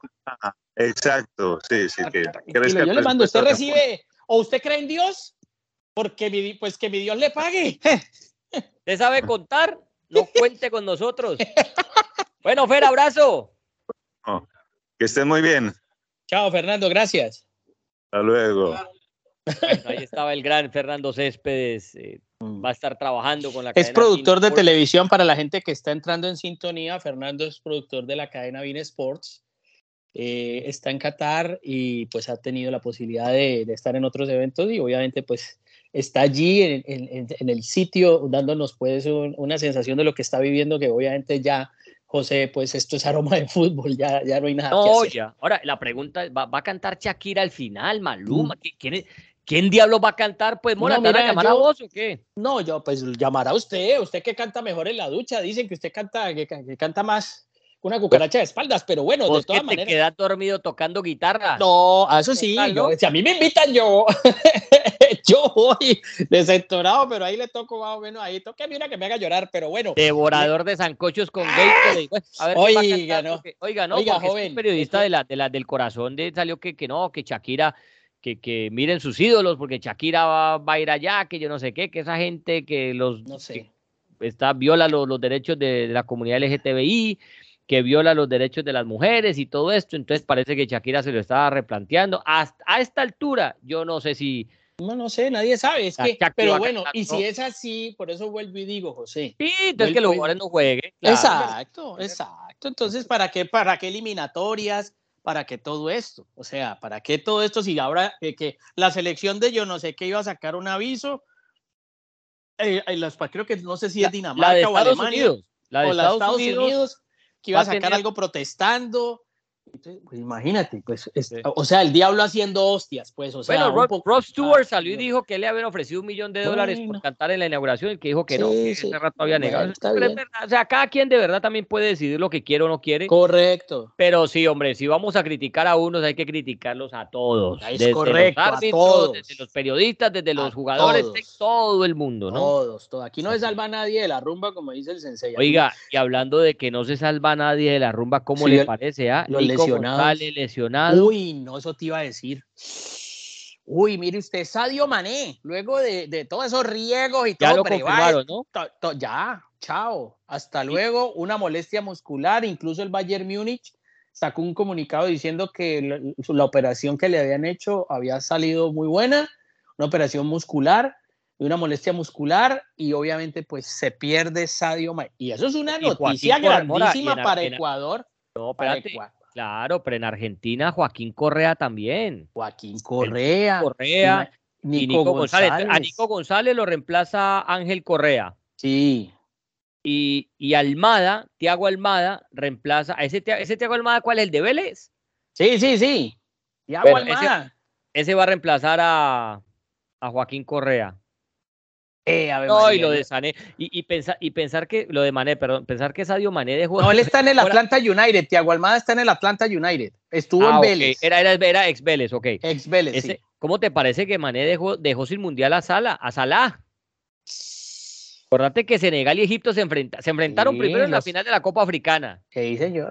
Exacto, sí, sí. Que, Tranquilo, yo le mando. ¿Usted recibe o usted cree en Dios? Porque mi, pues que mi Dios le pague. ¿Usted sabe contar? No cuente con nosotros. Bueno, Fer, abrazo. Oh, que estén muy bien. Chao, Fernando, gracias. Hasta luego. Bueno, ahí estaba el gran Fernando Céspedes, eh, va a estar trabajando con la cadena. Es productor Bein de televisión para la gente que está entrando en sintonía. Fernando es productor de la cadena Bein Sports, eh, está en Qatar y pues ha tenido la posibilidad de, de estar en otros eventos y obviamente pues está allí en, en, en el sitio dándonos pues un, una sensación de lo que está viviendo, que obviamente ya José, pues esto es aroma de fútbol, ya, ya no hay nada no, que hacer. Ya. Ahora, la pregunta es, ¿va, ¿va a cantar Shakira al final, Maluma? Mm. ¿Quién es? ¿Quién diablos va a cantar? Pues, Mora, no, ¿te van a llamar yo, a vos o qué? No, yo, pues, llamará a usted. Usted que canta mejor en la ducha. Dicen que usted canta, que, que canta más una cucaracha de espaldas, pero bueno, ¿Vos de todas que maneras. ¿Te quedas dormido tocando guitarra? No, a eso sí. Yo, si a mí me invitan, yo, yo voy desentonado, pero ahí le toco más o menos ahí. Toque a mí una que me haga llorar, pero bueno. Devorador de sancochos con Gatorade. Bueno, a ver, oiga, no. Porque, oiga, no, oiga, porque joven, este periodista de la, de la, del corazón de, salió que, que no, que Shakira... Que, que miren sus ídolos, porque Shakira va, va a ir allá, que yo no sé qué, que esa gente que los no sé. que está, viola los, los derechos de, de la comunidad L G T B I, que viola los derechos de las mujeres y todo esto, entonces parece que Shakira se lo estaba replanteando. Hasta a esta altura, yo no sé si... No, no sé, nadie sabe, es que, pero bueno, cantar, y si ¿no? es así, por eso vuelvo y digo, José. Sí, entonces que los jugadores no jueguen. Claro. Exacto, exacto, entonces, ¿para qué, para qué eliminatorias? ¿Para qué todo esto? O sea, ¿para qué todo esto si ahora eh, que la selección de yo no sé qué iba a sacar un aviso? Eh, eh, las, creo que no sé si es Dinamarca la de o Estados Alemania Unidos, la de o Estados, Estados Unidos, Unidos que iba a sacar tener... algo protestando. Entonces, pues imagínate, pues, es, sí. o sea, el diablo haciendo hostias, pues, o sea. Bueno, Rob, poco... Rob Stewart ah, salió y dijo que le habían ofrecido un millón de dólares bueno. por cantar en la inauguración, el que dijo que sí, no, que sí. ese rato había negado. Bueno, pero es verdad, o sea, cada quien de verdad también puede decidir lo que quiere o no quiere. Correcto. Pero sí, hombre, si vamos a criticar a unos, hay que criticarlos a todos. Es desde correcto, los árbitros, a todos. desde los periodistas, desde los a jugadores, todos. De todo el mundo, ¿no? Todos, todos. Aquí no se salva a nadie de la rumba, como dice el sensei. Oiga, y hablando de que no se salva a nadie de la rumba, ¿cómo sí, le parece? Ah? Los Nico lesionados. González lesionado. Uy, no, eso te iba a decir. Uy, mire usted, Sadio Mané, luego de, de todos esos riegos y ya todo. Lo confirmaron, ¿no? To, to, ya, chao. Hasta sí. luego, una molestia muscular. Incluso el Bayern Múnich sacó un comunicado diciendo que la, la operación que le habían hecho había salido muy buena, una operación muscular, una molestia muscular, y obviamente pues se pierde Sadio Mané. Y eso es una y noticia Joaquín grandísima en, para en, Ecuador. No, espérate. Claro, pero en Argentina Joaquín Correa también. Joaquín Correa. Correa Nico y Nico González. González. A Nico González lo reemplaza Ángel Correa. Sí. Y, y Almada, Thiago Almada, reemplaza. ¿Ese, ese Thiago Almada cuál es? ¿El de Vélez? Sí, sí, sí. Thiago bueno, Almada. Ese, ese va a reemplazar a, a Joaquín Correa. Eh, no, María, y lo de Sané, y, y, pensar, y pensar que, lo de Mané, perdón, pensar que Sadio Mané dejó... No, él está en el Atlanta United, Thiago Almada está en el Atlanta United, estuvo ah, en okay. Vélez. Era, era, era ex Vélez, ok. Ex Vélez, Ese, sí. ¿Cómo te parece que Mané dejó, dejó sin mundial a Salah? A Salah. Acordate que Senegal y Egipto se, enfrenta, se enfrentaron sí, primero en los... la final de la Copa Africana. Sí, señor.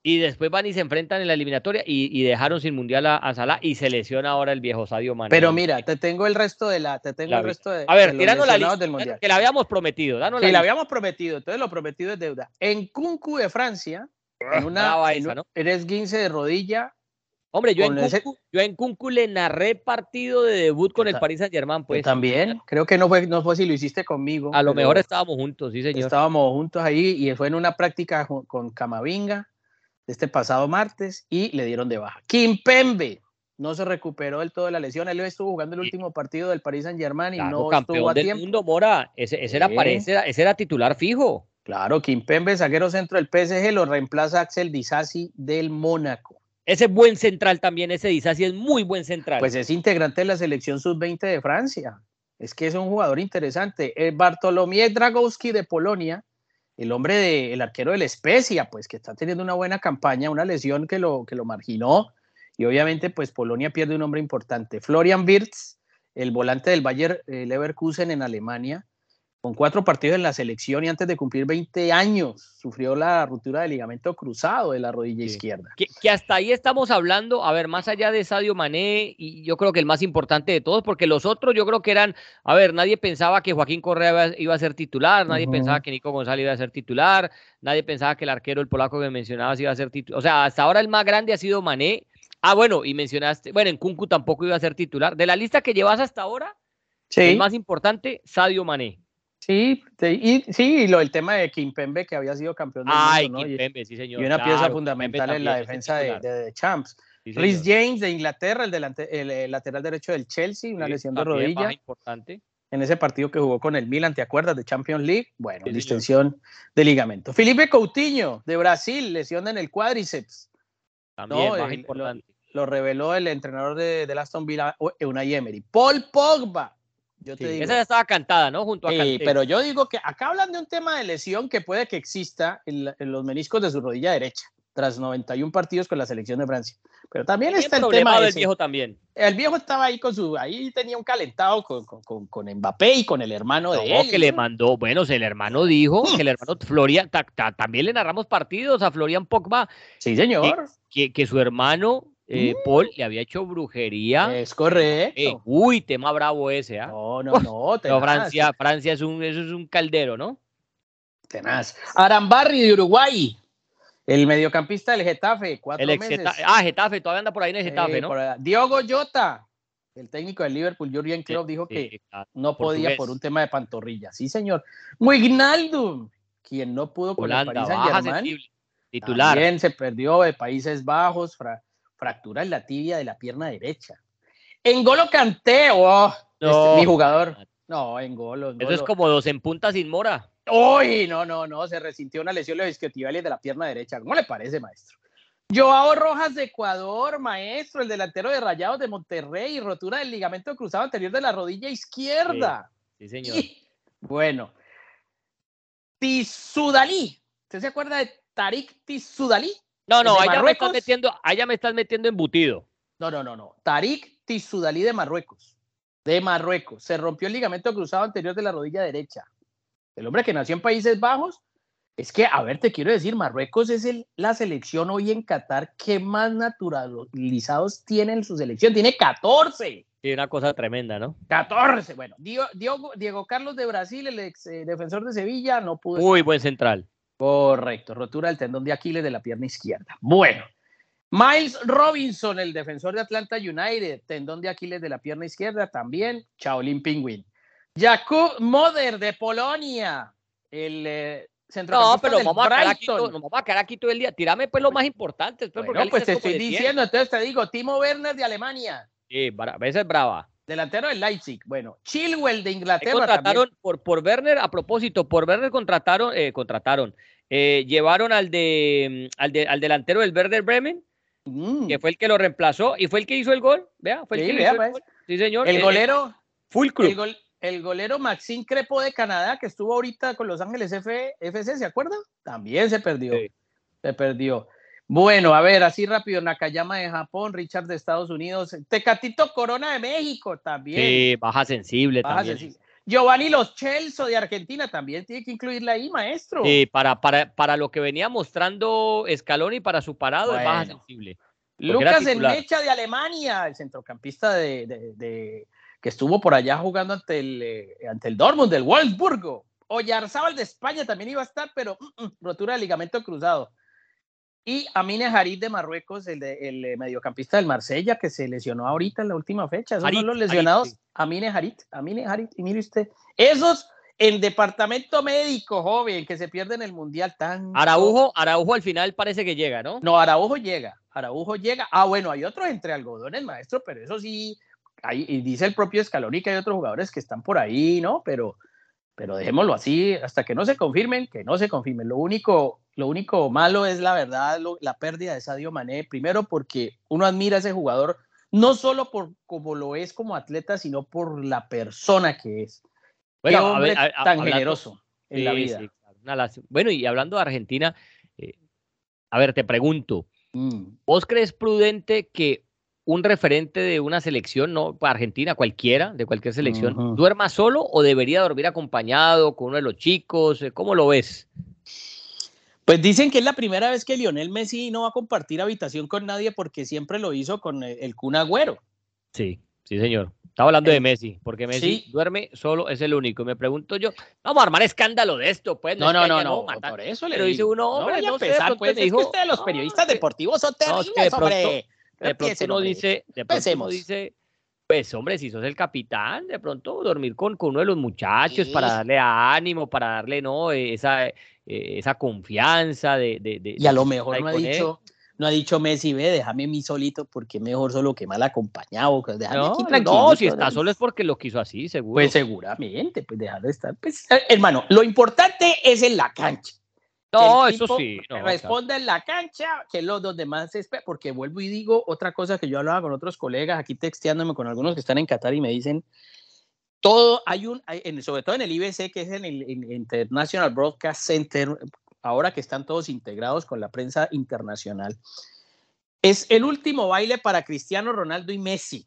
Y después van y se enfrentan en la eliminatoria y, y dejaron sin mundial a, a Salah y se lesiona ahora el viejo Sadio Mané. Pero mira, te tengo el resto de la, te tengo la el resto de, a ver, de los tiranos la lista del mundial. que la habíamos prometido. Danos sí, la, la lista. habíamos prometido, entonces lo prometido es deuda. En Nkunku de Francia, en una en, esa, ¿no? en esguince de rodilla. Hombre, yo en, Kunku, ese... yo en Kunku le narré partido de debut con yo el Paris Saint-Germain, pues. Yo también, creo que no fue, no fue si lo hiciste conmigo. A lo mejor estábamos juntos, sí, señor. Estábamos juntos ahí y fue en una práctica con Camavinga este pasado martes y le dieron de baja. Kimpembe no se recuperó del todo de la lesión, él estuvo jugando el último partido del Paris Saint-Germain y claro, no estuvo a del tiempo. Mundo, Mora, ese, ese, era, ese, era, ese era titular fijo. Claro, Kimpembe, zaguero centro del P S G, lo reemplaza Axel Disasi del Mónaco. Ese buen central también, ese Disasi es muy buen central. Pues es integrante de la selección sub veinte de Francia. Es que es un jugador interesante. El Bartolomiej Dragowski de Polonia, el hombre de, el arquero del Spezia, pues que está teniendo una buena campaña, una lesión que lo, que lo marginó. Y obviamente, pues Polonia pierde un hombre importante. Florian Wirtz, el volante del Bayer eh, Leverkusen en Alemania, con cuatro partidos en la selección y antes de cumplir veinte años sufrió la ruptura del ligamento cruzado de la rodilla sí. izquierda. Que, que hasta ahí estamos hablando, a ver, más allá de Sadio Mané, y yo creo que el más importante de todos, porque los otros yo creo que eran, a ver, nadie pensaba que Joaquín Correa iba a ser titular, nadie uh-huh. pensaba que Nico González iba a ser titular, nadie pensaba que el arquero, el polaco que mencionabas, iba a ser titular. O sea, hasta ahora el más grande ha sido Mané. Ah, bueno, y mencionaste, bueno, en Nkunku tampoco iba a ser titular. De la lista que llevas hasta ahora, sí. el más importante, Sadio Mané. Sí, y, sí, y lo, el tema de Kimpembe, que había sido campeón del Ay, mundo, ¿no? Kimpembe, sí, señor. Y una claro, pieza fundamental Kimpembe en la defensa de, de, de Champs. Sí, Rhys James de Inglaterra, el, delante, el, el lateral derecho del Chelsea, una sí, lesión de rodilla. Más importante. En ese partido que jugó con el Milan, ¿te acuerdas? De Champions League. Bueno, sí, distensión señor. de ligamento. Felipe Coutinho, de Brasil, lesión en el cuádriceps. También no, más el, importante. Lo, lo reveló el entrenador de, de Aston Villa, Unai Emery. Paul Pogba. Yo te sí, digo, esa ya estaba cantada, ¿no? Junto a Sí, pero yo digo que acá hablan de un tema de lesión que puede que exista en, en los meniscos de su rodilla derecha, tras noventa y uno partidos con la selección de Francia. Pero también está el tema del viejo también. El viejo estaba ahí con su, ahí tenía un calentado con, con, con, con Mbappé y con el hermano no, de él. que le mandó, bueno, el hermano dijo, que el hermano Florian, ta, ta, también le narramos partidos a Florian Pogba. Sí, señor. Que, que, que su hermano... Eh, Paul le había hecho brujería. Es correcto. Eh, uy, tema bravo ese, ¿ah? ¿eh? No, no, no. Pero Francia, Francia es un, eso es un caldero, ¿no? Tenaz. Arambarri de Uruguay, el mediocampista del Getafe, cuatro el meses. Getafe. Ah, Getafe, todavía anda por ahí en el Getafe, eh, ¿no? Diogo Jota, el técnico del Liverpool, Jurgen Klopp, dijo sí, que claro. no podía Portugués. por un tema de pantorrilla. Sí, señor. Wijnaldum, quien no pudo con Holanda, el Paris Saint-Germain, titular. También se perdió de Países Bajos, fra fractura en la tibia de la pierna derecha. N'Golo Kanté, oh, no. este, mi jugador. No, N'Golo, N'Golo. Eso es como dos en punta sin mora. Uy, no, no, no, se resintió una lesión isquiotibiales de la pierna derecha. ¿Cómo le parece, maestro? Joao Rojas de Ecuador, maestro, el delantero de Rayados de Monterrey, rotura del ligamento cruzado anterior de la rodilla izquierda. Sí, sí señor. Y, bueno, Tissoudali. ¿Usted se acuerda de Tariq Tissoudali? No, no, allá me, estás metiendo, allá me estás metiendo embutido. No, no, no, no. Tariq Tissoudali de Marruecos. De Marruecos. Se rompió el ligamento cruzado anterior de la rodilla derecha. El hombre que nació en Países Bajos. Es que, a ver, te quiero decir, Marruecos es el, la selección hoy en Qatar que más naturalizados tiene en su selección. Tiene catorce. Sí, una cosa tremenda, ¿no? catorce. Bueno, Diego, Diego Carlos de Brasil, el ex eh, defensor de Sevilla, no pudo. Muy estar. Buen central. Correcto, rotura del tendón de Aquiles de la pierna izquierda. Bueno, Miles Robinson, el defensor de Atlanta United, tendón de Aquiles de la pierna izquierda también, Shaolin Penguin. Jakub Moder de Polonia, el eh, centrocampista no, pero del vamos Brighton. A aquí todo, nos vamos a quedar aquí todo el día. Tírame pues lo más importante. Pues, bueno, pues te estoy diciendo, entonces te digo, Timo Werner de Alemania. Sí, a veces brava. Delantero del Leipzig. Bueno, Chilwell de Inglaterra. Contrataron también. por, por Werner, a propósito, por Werner contrataron, eh, contrataron, eh, llevaron al de, al de al delantero del Werder Bremen, mm. que fue el que lo reemplazó y fue el que hizo el gol. Vea, fue el sí, que vea, hizo pues. el gol. Sí, señor. El eh, golero. Full club. El, gol, el golero Maxime Crepo de Canadá, que estuvo ahorita con Los Ángeles F C, ¿se acuerda? También se perdió. Sí. Se perdió. Bueno, a ver, así rápido, Nakayama de Japón, Richard de Estados Unidos, Tecatito Corona de México también. Sí, baja sensible baja también. Sensible. Giovanni Los Celso de Argentina también tiene que incluirla ahí, maestro. Sí, para, para, para lo que venía mostrando Scaloni para su parado, bueno, es baja sensible. Lucas Enmecha de Alemania, el centrocampista de, de, de, que estuvo por allá jugando ante el, eh, ante el Dortmund del Wolfsburgo. Oyarzábal de España también iba a estar, pero uh, uh, rotura de ligamento cruzado. Y Amine Harit de Marruecos, el, de, el mediocampista del Marsella, que se lesionó ahorita en la última fecha. Esos Harit, son los lesionados. Harit, sí. Amine Harit, Amine Harit, y mire usted, esos en departamento médico, joven, que se pierden el mundial tan. Araujo, Araujo al final parece que llega, ¿no? No, Araujo llega, Araujo llega. Ah, bueno, hay otros entre algodones, maestro, pero eso sí, hay, y dice el propio Scaloni que hay otros jugadores que están por ahí, ¿no? Pero, pero dejémoslo así, hasta que no se confirmen, que no se confirmen. Lo único. Lo único malo es la verdad, lo, la pérdida de Sadio Mané, primero porque uno admira a ese jugador, no solo por como lo es como atleta, sino por la persona que es. Bueno, Qué hombre a ver, a, a, tan hablando, generoso en sí, la vida. Sí, una bueno, y hablando de Argentina, eh, a ver, te pregunto, mm. ¿vos crees prudente que un referente de una selección, no Argentina, cualquiera, de cualquier selección, uh-huh. duerma solo o debería dormir acompañado con uno de los chicos? ¿Cómo lo ves? Pues dicen que es la primera vez que Lionel Messi no va a compartir habitación con nadie porque siempre lo hizo con el, el Kun Agüero. Sí, sí, señor. Estaba hablando eh, de Messi, porque Messi sí. duerme solo, es el único. Me pregunto yo, vamos a armar escándalo de esto, pues. No, no, no, no, no por eso le Pero dice uno, hombre, no, no sé, empezar, pues, es dijo, que ustedes los periodistas no, deportivos son terribles, no, es que de pronto, hombre. De pronto uno dice, de pronto uno dice, pues, hombre, si sos el capitán, de pronto dormir con, con uno de los muchachos sí. para darle ánimo, para darle, ¿no? Esa... Eh, esa confianza de, de, de y a lo mejor no ha dicho él. no ha dicho Messi, ve, déjame a mí solito porque mejor solo que mal acompañado, déjame no, aquí tranquilo. No, si está solo es porque lo quiso así, seguro. Pues seguramente, pues déjalo estar. Pues, hermano, lo importante es en la cancha. No, eso sí. No, responda claro. en la cancha, que es lo donde más se espera, porque vuelvo y digo otra cosa que yo hablaba con otros colegas, aquí texteándome con algunos que están en Qatar y me dicen, todo, hay un, hay, en, sobre todo en el I B C, que es en el en International Broadcast Center, ahora que están todos integrados con la prensa internacional, es el último baile para Cristiano Ronaldo y Messi.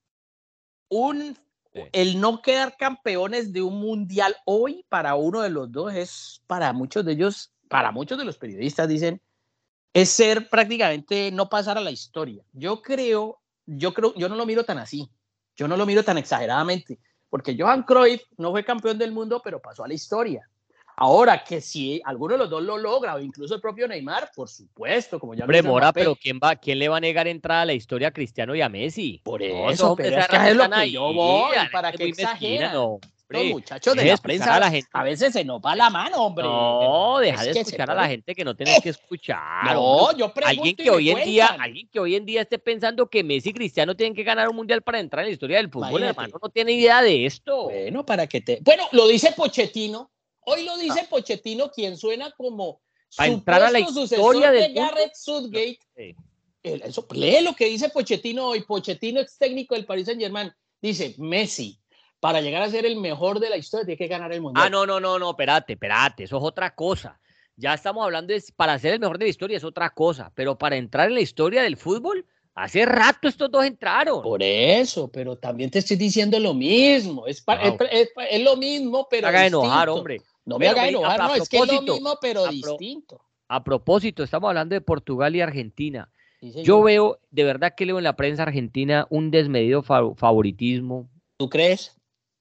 Un, sí. El no quedar campeones de un mundial hoy para uno de los dos es para muchos de ellos, para muchos de los periodistas dicen, es ser prácticamente no pasar a la historia. Yo creo, yo creo, yo no lo miro tan así, yo no lo miro tan exageradamente. Porque Johan Cruyff no fue campeón del mundo, pero pasó a la historia. Ahora, que si alguno de los dos lo logra, o incluso el propio Neymar, por supuesto, como ya Hombre, Mora, pero ¿quién va, quién le va a negar entrada a la historia a Cristiano y a Messi? Por eso, no, pero es que es lo que yo voy, para que exageran. No, los muchachos de la prensa, a, la gente. A veces se nos va la mano, hombre. No, deja de escuchar a la gente que no tenés que escuchar. No, yo pregunto alguien que hoy en día, alguien que hoy en día esté pensando que Messi y Cristiano tienen que ganar un mundial para entrar en la historia del fútbol, Imagínate. hermano, no tiene idea de esto. Bueno, para que te... Bueno, lo dice Pochettino. Hoy lo dice ah. Pochettino, quien suena como para entrar a la historia de Gareth Southgate. Sí. Eso, lee lo que dice Pochettino hoy. Pochettino, ex técnico del Paris Saint-Germain, dice, Messi, para llegar a ser el mejor de la historia, tiene que ganar el mundial. Ah, no, no, no, no, espérate, espérate, eso es otra cosa. Ya estamos hablando de, para ser el mejor de la historia es otra cosa, pero para entrar en la historia del fútbol, hace rato estos dos entraron. Por eso, pero también te estoy diciendo lo mismo, es, pa, wow. es, es, es lo mismo, pero haga distinto. enojar, hombre. No me haga enojar, no, es que es lo mismo, pero a distinto. A propósito, estamos hablando de Portugal y Argentina. Sí, yo veo, de verdad que leo en la prensa argentina un desmedido favoritismo. ¿Tú crees?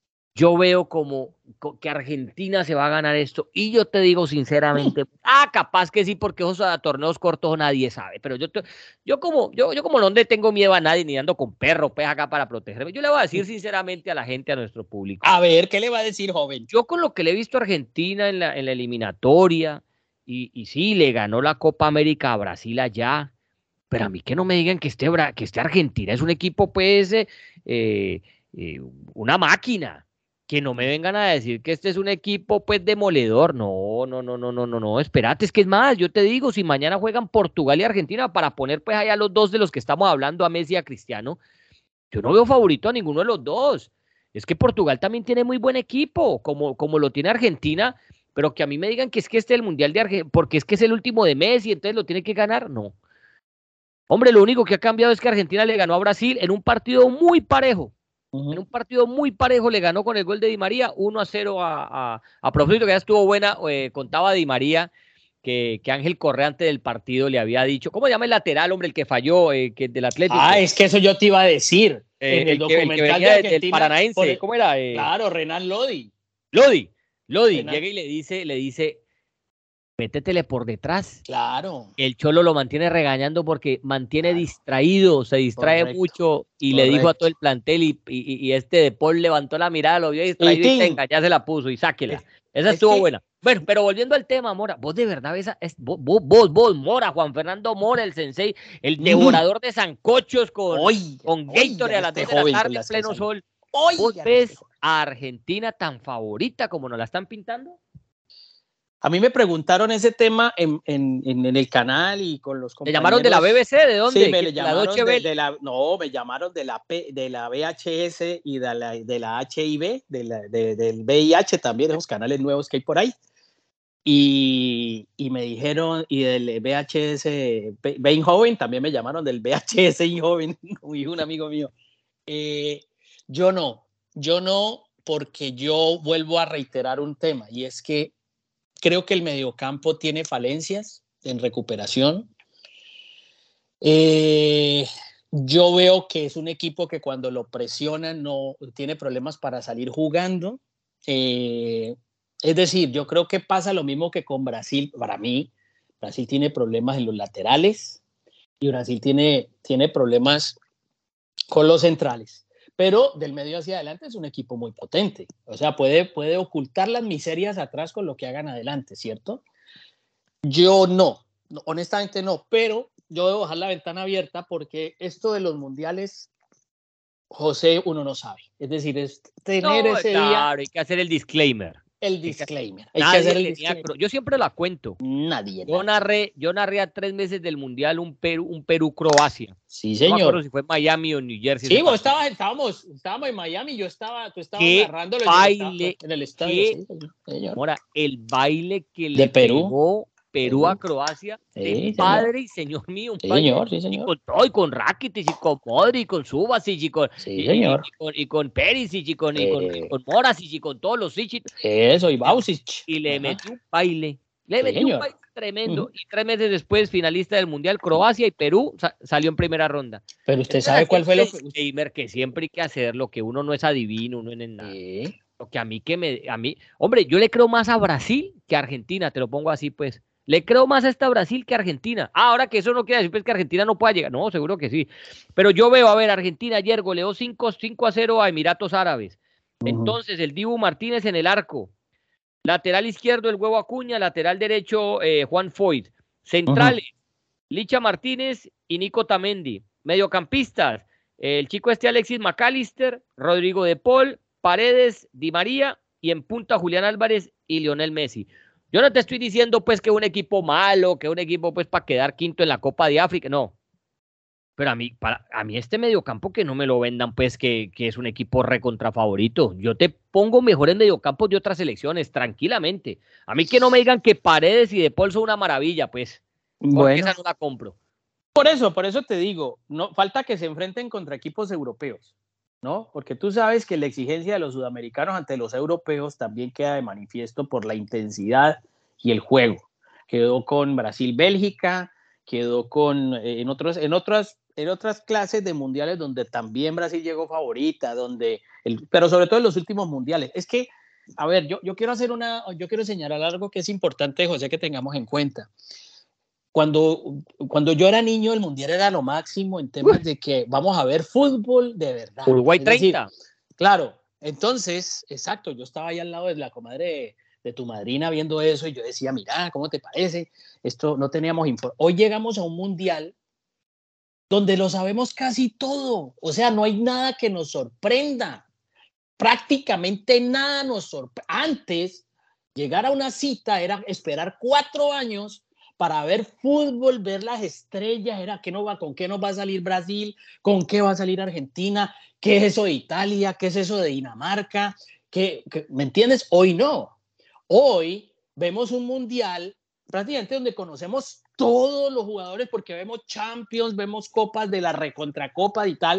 Yo veo como que Argentina se va a ganar esto y yo te digo sinceramente, ah, capaz que sí, porque esos torneos cortos nadie sabe, pero yo, te, yo como yo, yo como no le tengo miedo a nadie ni ando con perro pues acá para protegerme, yo le voy a decir sinceramente a la gente, a nuestro público. A ver, ¿qué le va a decir, joven? Yo con lo que le he visto a Argentina en la, en la eliminatoria y, y sí, le ganó la Copa América a Brasil allá, pero a mí que no me digan que esté, que esté Argentina es un equipo pues eh, eh, una máquina. Que no me vengan a decir que este es un equipo pues demoledor, no, no, no, no, no, no, no, espérate, es que es más, yo te digo, si mañana juegan Portugal y Argentina para poner pues allá los dos de los que estamos hablando, a Messi y a Cristiano, yo no veo favorito a ninguno de los dos, es que Portugal también tiene muy buen equipo, como, como lo tiene Argentina, pero que a mí me digan que es que este es el Mundial de Argentina, porque es que es el último de Messi, entonces lo tiene que ganar, no. Hombre, lo único que ha cambiado es que Argentina le ganó a Brasil en un partido muy parejo, Uh-huh. En un partido muy parejo le ganó con el gol de Di María, uno a cero a, a, a propósito que ya estuvo buena, eh, contaba Di María que, que Ángel Correa antes del partido le había dicho, ¿cómo se llama el lateral, hombre, el que falló, eh, que del Atlético? Ah, es que eso yo te iba a decir, eh, en el, el, documental que, el que venía de Argentina, del Paranaense, el, ¿cómo era? Eh, claro, Renan Lodi. Lodi, Lodi, Renan. llega y le dice, le dice, métetele por detrás. Claro. El Cholo lo mantiene regañando porque mantiene claro. distraído, se distrae Correcto. mucho y Correcto. le dijo a todo el plantel y, y, y este de Paul levantó la mirada, lo vio distraído y, y tenga, ya se la puso y sáquela. Es, Esa es estuvo que... buena. Bueno, pero volviendo al tema, Mora, vos de verdad ves, a, es, vos, vos, vos, Mora, Juan Fernando Mora, el sensei, el devorador mm. de sancochos con, oiga, con Gatorade a las dos de la tarde en pleno sol. Oiga, ¿Vos ves este a Argentina tan favorita como nos la están pintando? A mí me preguntaron ese tema en, en, en el canal y con los compañeros. ¿Me llamaron de la B B C? ¿De dónde? Sí, me le llamaron de, de la, no, me llamaron de la, P, de la V H S y de la, de la H I V, de la, de, del V I H también, esos canales nuevos que hay por ahí. Y, y me dijeron, y del V H S Eindhoven, también me llamaron del V H S Eindhoven, como un amigo mío. Eh, yo no, yo no, porque yo vuelvo a reiterar un tema, y es que creo que el mediocampo tiene falencias en recuperación. Eh, yo veo que es un equipo que cuando lo presionan no tiene problemas para salir jugando. Eh, es decir, yo creo que pasa lo mismo que con Brasil. Para mí, Brasil tiene problemas en los laterales y Brasil tiene, tiene problemas con los centrales. Pero del medio hacia adelante es un equipo muy potente. O sea, puede, puede ocultar las miserias atrás con lo que hagan adelante, ¿cierto? Yo no, no, honestamente no, pero yo debo dejar la ventana abierta porque esto de los mundiales, José, uno no sabe. Es decir, es tener no, ese claro, día... hay que hacer el disclaimer. El disclaimer. Hay que, hay que hacer el disclaimer. Yo siempre la cuento. Nadie. Yo narré, yo narré a tres meses del mundial un Perú, un Perú-Croacia. Sí, señor. No me acuerdo si fue en Miami o en New Jersey. Sí, vos estabas, estábamos, estábamos en Miami, yo estaba, tú estabas narrándolo baile, en el estadio. Sí, señor. Ahora, el baile que de le Perú. pegó Perú sí. a Croacia, sí, de señor. padre y señor mío. Un sí, baile, señor, sí, señor. Y con todo, y con Rakitic, y con Modric, y con Subasic, y con, sí, y, señor. Y, y, con, y con Perisic, y con, eh, y con, con Morasic, y con todos los Sic. Eso, y Bausic. Y le Ajá. metió un baile. Le sí, metió señor. un baile tremendo. Uh-huh. Y tres meses después, finalista del Mundial, Croacia y Perú sa- salió en primera ronda. Pero usted Entonces, sabe cuál fue lo que... Gamer, que siempre hay que hacer lo que uno no es adivino, uno no es nada. Sí. Lo que a mí que me... a mí, hombre, yo le creo más a Brasil que a Argentina, te lo pongo así, pues. Le creo más a esta Brasil que a Argentina. Ah, ahora que eso no quiere decir pues, que Argentina no pueda llegar. No, seguro que sí. Pero yo veo, a ver, Argentina ayer goleó cinco a cero a Emiratos Árabes. Uh-huh. Entonces, el Dibu Martínez en el arco. Lateral izquierdo, el Huevo Acuña. Lateral derecho, eh, Juan Foyt. Centrales, uh-huh. Licha Martínez y Nico Tamendi. Mediocampistas, eh, el chico este Alexis McAllister, Rodrigo de Paul, Paredes, Di María y en punta Julián Álvarez y Lionel Messi. Yo no te estoy diciendo pues que un equipo malo, que un equipo pues para quedar quinto en la Copa de África, no. Pero a mí, para, a mí este mediocampo que no me lo vendan pues que, que es un equipo recontra favorito. Yo te pongo mejor en mediocampos de otras selecciones, tranquilamente. A mí que no me digan que Paredes y De Paul son una maravilla, pues. Porque bueno. Esa no la compro. Por eso, por eso te digo, no falta que se enfrenten contra equipos europeos, ¿no? Porque tú sabes que la exigencia de los sudamericanos ante los europeos también queda de manifiesto por la intensidad y el juego. Quedó con Brasil-Bélgica, quedó con eh, en otros, en otras, en otras clases de mundiales donde también Brasil llegó favorita, donde el, pero sobre todo en los últimos mundiales. Es que, a ver, yo, yo quiero hacer una, yo quiero señalar algo que es importante, José, que tengamos en cuenta. Cuando, cuando yo era niño, el mundial era lo máximo en temas Uy. de que vamos a ver fútbol de verdad. Uruguay treinta. Decir, claro, entonces, exacto, yo estaba ahí al lado de la comadre de, de tu madrina viendo eso y yo decía, mira, ¿cómo te parece? Esto no teníamos información. Hoy llegamos a un mundial donde lo sabemos casi todo. O sea, no hay nada que nos sorprenda. Prácticamente nada nos sorprende. Antes, llegar a una cita era esperar cuatro años para ver fútbol, ver las estrellas, era ¿qué no va, con qué nos va a salir Brasil, con qué va a salir Argentina, qué es eso de Italia, qué es eso de Dinamarca, ¿Qué, qué, ¿me entiendes? Hoy no. Hoy vemos un mundial prácticamente donde conocemos todos los jugadores porque vemos Champions, vemos copas de la recontracopa y tal,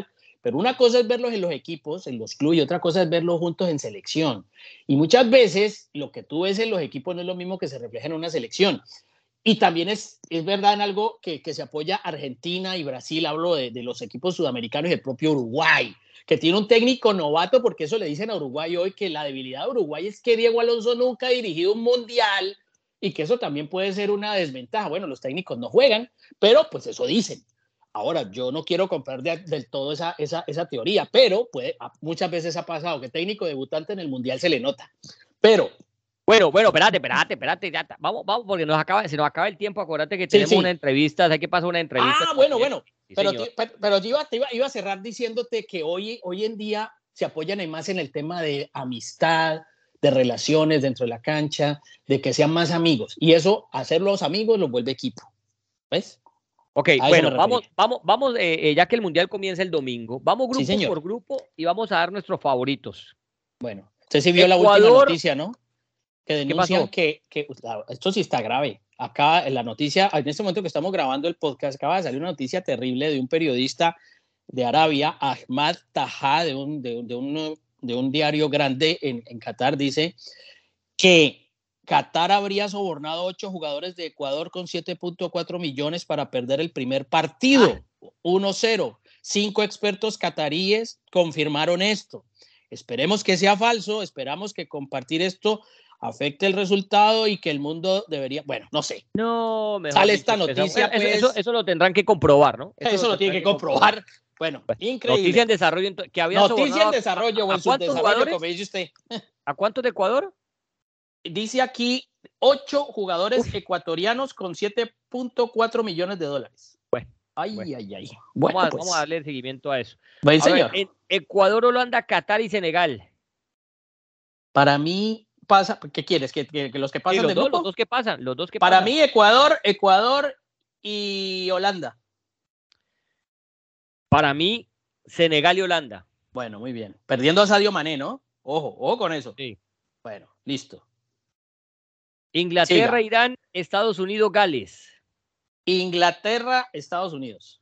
pero una cosa es verlos en los equipos, en los clubes, y otra cosa es verlos juntos en selección. Y muchas veces lo que tú ves en los equipos no es lo mismo que se refleja en una selección. Y también es, es verdad en algo que, que se apoya Argentina y Brasil, hablo de, de los equipos sudamericanos y el propio Uruguay, que tiene un técnico novato, porque eso le dicen a Uruguay hoy, que la debilidad de Uruguay es que Diego Alonso nunca ha dirigido un mundial y que eso también puede ser una desventaja. Bueno, los técnicos no juegan, pero pues eso dicen. Ahora, yo no quiero comprar de, del todo esa, esa, esa teoría, pero puede, muchas veces ha pasado que técnico debutante en el mundial se le nota. Pero... Bueno, bueno, espérate, espérate, espérate, ya está. Vamos, vamos, porque nos acaba, se nos acaba el tiempo. Acuérdate que tenemos sí, sí. una entrevista, hay que pasar una entrevista. Ah, bueno, bueno. Sí, pero te, pero, pero te, iba, te iba, iba a cerrar diciéndote que hoy, hoy en día se apoyan más en el tema de amistad, de relaciones dentro de la cancha, de que sean más amigos. Y eso, hacer los amigos, los vuelve equipo. ¿Ves? Ok, bueno, vamos, vamos, vamos eh, eh, ya que el Mundial comienza el domingo, vamos grupo sí, por grupo y vamos a dar nuestros favoritos. Bueno, usted sí vio Ecuador, la última noticia, ¿no? Que denuncian que, que esto sí está grave. Acá en la noticia, en este momento que estamos grabando el podcast, acaba de salir una noticia terrible de un periodista de Arabia, Ahmad Taha, de un, de, de un, de un diario grande en, en Qatar, dice que Qatar habría sobornado a ocho jugadores de Ecuador con siete punto cuatro millones para perder el primer partido, ah. uno cero. Cinco expertos cataríes confirmaron esto. Esperemos que sea falso, esperamos que compartir esto afecte el resultado y que el mundo debería, bueno, no sé. No, mejor sale dicho, esta noticia. Eso, pues, eso, eso lo tendrán que comprobar, ¿no? Eso, eso lo, lo tienen que comprobar. comprobar. Bueno, pues, increíble. Noticia en desarrollo que había Noticia en desarrollo, o en subdesarrollo, como dice usted. ¿A cuántos de Ecuador? Dice aquí ocho jugadores Uf. ecuatorianos con siete punto cuatro millones de dólares. Bueno. Ay, bueno. ay, ay. Bueno, vamos, a, pues. vamos a darle seguimiento a eso. Buen a señor. Ver, en Ecuador, Holanda, Qatar y Senegal. Para mí pasa, ¿qué quieres? ¿Que, que, que los que pasan sí, los de dos, grupo? Los dos que pasan, los dos que Para pasan. mí Ecuador, Ecuador y Holanda. Para mí Senegal y Holanda. Bueno, muy bien. Perdiendo a Sadio Mané, ¿no? Ojo, ojo con eso. Sí. Bueno, listo. Inglaterra, Siga. Irán, Estados Unidos, Gales. Inglaterra, Estados Unidos.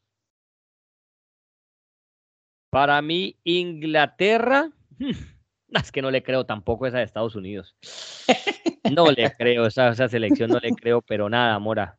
Para mí, Inglaterra. Es que no le creo tampoco esa de Estados Unidos. No le creo, esa, esa selección no le creo, pero nada, Mora.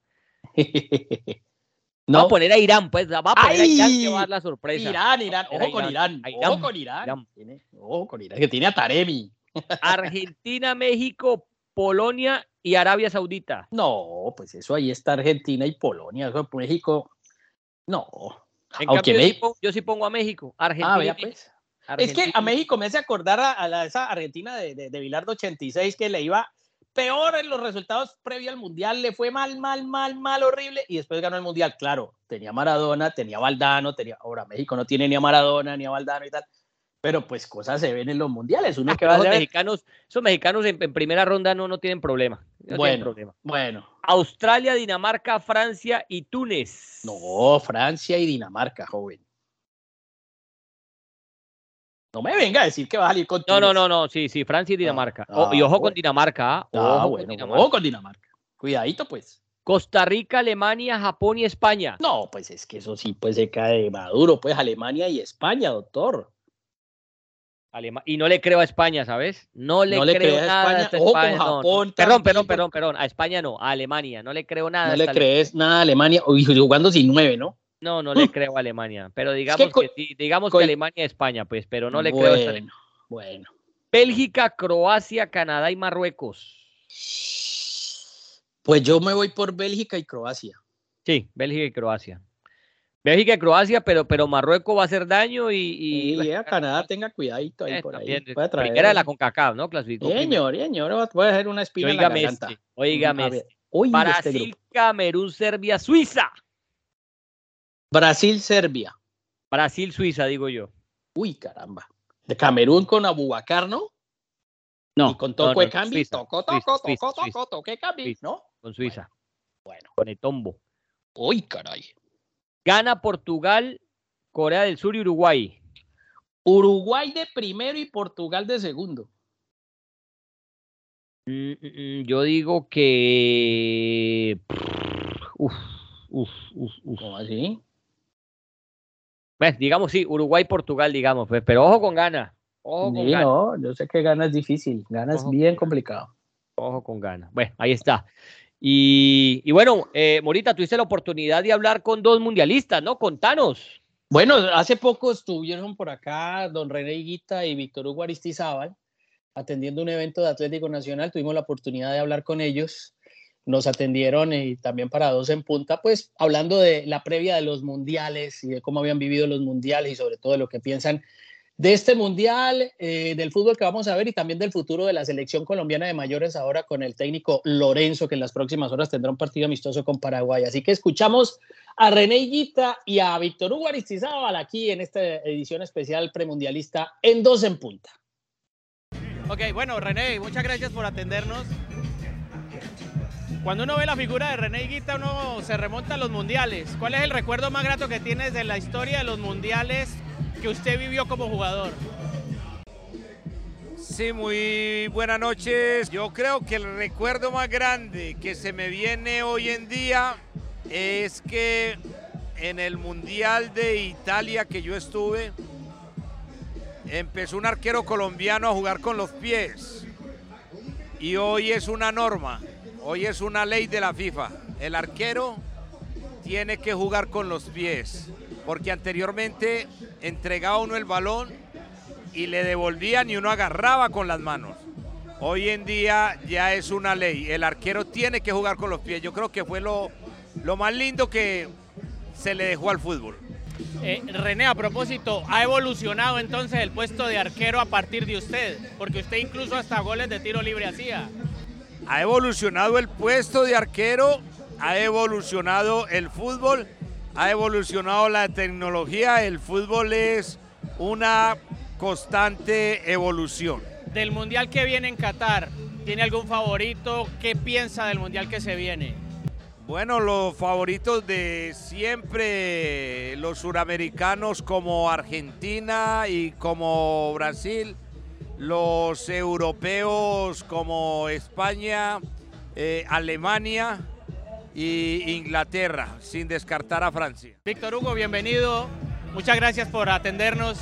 No. Va a poner a Irán, pues. Va a poner ¡Ay! a Irán que va a dar la sorpresa. Irán, Irán. Ojo con Irán. Irán. Ojo con Irán. Irán. Tiene, ojo con Irán, que tiene a Taremi. Argentina, México, Polonia y Arabia Saudita. No, pues eso ahí está Argentina y Polonia. Eso México, no. En cambio, me... yo, sí pongo, yo sí pongo a México. Argentina. Ah, vea, pues. Argentina. Es que a México me hace acordar a, a la, esa Argentina de, de, de Bilardo ochenta y seis que le iba peor en los resultados previo al Mundial, le fue mal, mal, mal, mal, horrible, y después ganó el Mundial. Claro, tenía Maradona, tenía Valdano, tenía, ahora México no tiene ni a Maradona, ni a Valdano y tal, pero pues cosas se ven en los Mundiales. Uno ah, que va esos, a mexicanos, esos mexicanos en, en primera ronda no, no tienen problema. No bueno, tienen problema. bueno. Australia, Dinamarca, Francia y Túnez. No, Francia y Dinamarca, joven. No me venga a decir que va a salir con Túnez. No, no, no, no, sí, sí, Francia y Dinamarca. Ah, oh, y ojo bueno. con Dinamarca. ¿ah? Ojo, ah, bueno, con Dinamarca. ojo con Dinamarca. Cuidadito, pues. Costa Rica, Alemania, Japón y España. No, pues es que eso sí, pues se cae de maduro, pues Alemania y España, doctor. Alema y no le creo a España, ¿sabes? No le, no le creo crees nada a España. Ojo con Japón. No. Perdón, perdón, perdón, perdón. A España no, a Alemania. No le creo nada. No le crees Alemania. nada a Alemania. Uy, jugando sin nueve, ¿no? No, no le creo a Alemania. Pero digamos es que, que sí, digamos que Alemania y España, pues, pero no le bueno, creo a Alemania. Bueno. Bélgica, Croacia, Canadá y Marruecos. Pues yo me voy por Bélgica y Croacia. Sí, Bélgica y Croacia. Bélgica y Croacia, pero, pero Marruecos va a hacer daño y... y sí, a Canadá tenga cuidadito ahí eh, por también, ahí. Primera de la CONCACAF, ¿no? Clasificó. Señor, señor, puede hacer una espina en la garganta. Este, óigame este. Brasil, este Camerún, Serbia, Suiza. Brasil, Serbia. Brasil, Suiza, digo yo. Uy, caramba. De Camerún con Abubakar, ¿no? No. Y con Toco no, no, de Cambi. Suiza, Toco, Suiza, toco, Suiza, toco, Suiza, toco, toco de Cambi, ¿no? Con Suiza. Bueno. bueno. Con Etombo. Uy, caray. Gana Portugal, Corea del Sur y Uruguay. Uruguay de primero y Portugal de segundo. Mm, mm, yo digo que... Uf, uf, uf, uf. ¿Cómo así? Pues, digamos sí, Uruguay-Portugal, digamos, pues, pero ojo con Ghana. Ojo con Sí, Ghana. no, yo sé que Ghana es difícil, Ghana es Ojo bien complicado. Ojo con Ghana. Bueno, ahí está. Y, y bueno, eh, Morita, tuviste la oportunidad de hablar con dos mundialistas, ¿no? Contanos. Bueno, hace poco estuvieron por acá don René Higuita y Víctor Hugo Aristizábal atendiendo un evento de Atlético Nacional. Tuvimos la oportunidad de hablar con ellos. Nos atendieron y también para Dos en Punta, pues hablando de la previa de los mundiales y de cómo habían vivido los mundiales y sobre todo de lo que piensan de este mundial, eh, del fútbol que vamos a ver y también del futuro de la selección colombiana de mayores ahora con el técnico Lorenzo, que en las próximas horas tendrá un partido amistoso con Paraguay. Así que escuchamos a René Higuita y a Víctor Hugo Aristizábal aquí en esta edición especial premundialista en Dos en Punta. Ok, bueno, René, muchas gracias por atendernos. Cuando uno ve la figura de René Higuita, uno se remonta a los mundiales. ¿Cuál es el recuerdo más grato que tienes de la historia de los mundiales que usted vivió como jugador? Sí, muy buenas noches. Yo creo que el recuerdo más grande que se me viene hoy en día es que en el Mundial de Italia que yo estuve, empezó un arquero colombiano a jugar con los pies y hoy es una norma, hoy es una ley de la FIFA. El arquero tiene que jugar con los pies, porque anteriormente entregaba uno el balón y le devolvían y uno agarraba con las manos. Hoy en día ya es una ley, el arquero tiene que jugar con los pies. Yo creo que fue lo, lo más lindo que se le dejó al fútbol. Eh, René, a propósito, ¿ha evolucionado entonces el puesto de arquero a partir de usted? Porque usted incluso hasta goles de tiro libre hacía. Ha evolucionado el puesto de arquero, ha evolucionado el fútbol, ha evolucionado la tecnología. El fútbol es una constante evolución. Del mundial que viene en Qatar, ¿tiene algún favorito? ¿Qué piensa del mundial que se viene? Bueno, los favoritos de siempre, los suramericanos como Argentina y como Brasil, los europeos como España, eh, Alemania y Inglaterra, sin descartar a Francia. Víctor Hugo, bienvenido. Muchas gracias por atendernos.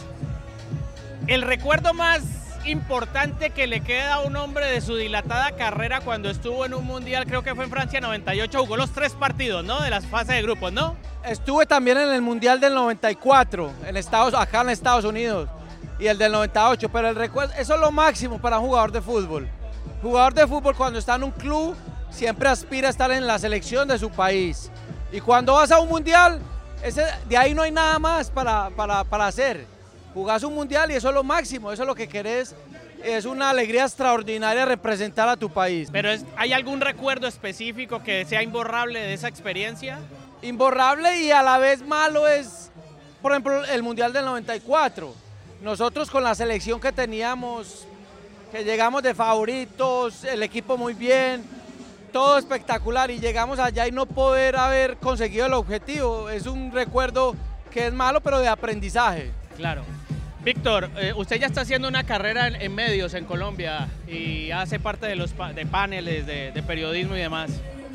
El recuerdo más importante que le queda a un hombre de su dilatada carrera cuando estuvo en un mundial, creo que fue en Francia noventa y ocho, jugó los tres partidos, ¿no? De las fases de grupos, ¿no? Estuve también en el mundial del noventa y cuatro, en Estados, acá en Estados Unidos, y el del noventa y ocho, pero el recuerdo, eso es lo máximo para un jugador de fútbol. Jugador de fútbol cuando está en un club siempre aspira a estar en la selección de su país, y cuando vas a un mundial, ese, de ahí no hay nada más para, para, para hacer. Jugás un mundial y eso es lo máximo, eso es lo que querés, es una alegría extraordinaria representar a tu país. Pero es, ¿hay algún recuerdo específico que sea imborrable de esa experiencia? Imborrable y a la vez malo es, por ejemplo, el mundial del noventa y cuatro. Nosotros con la selección que teníamos, que llegamos de favoritos, el equipo muy bien, todo espectacular, y llegamos allá y no poder haber conseguido el objetivo, es un recuerdo que es malo, pero de aprendizaje. Claro. Víctor, eh, usted ya está haciendo una carrera en, en medios en Colombia y hace parte de los pa de paneles de, de periodismo y demás.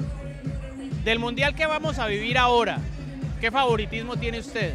Del mundial que vamos a vivir ahora, ¿qué favoritismo tiene usted?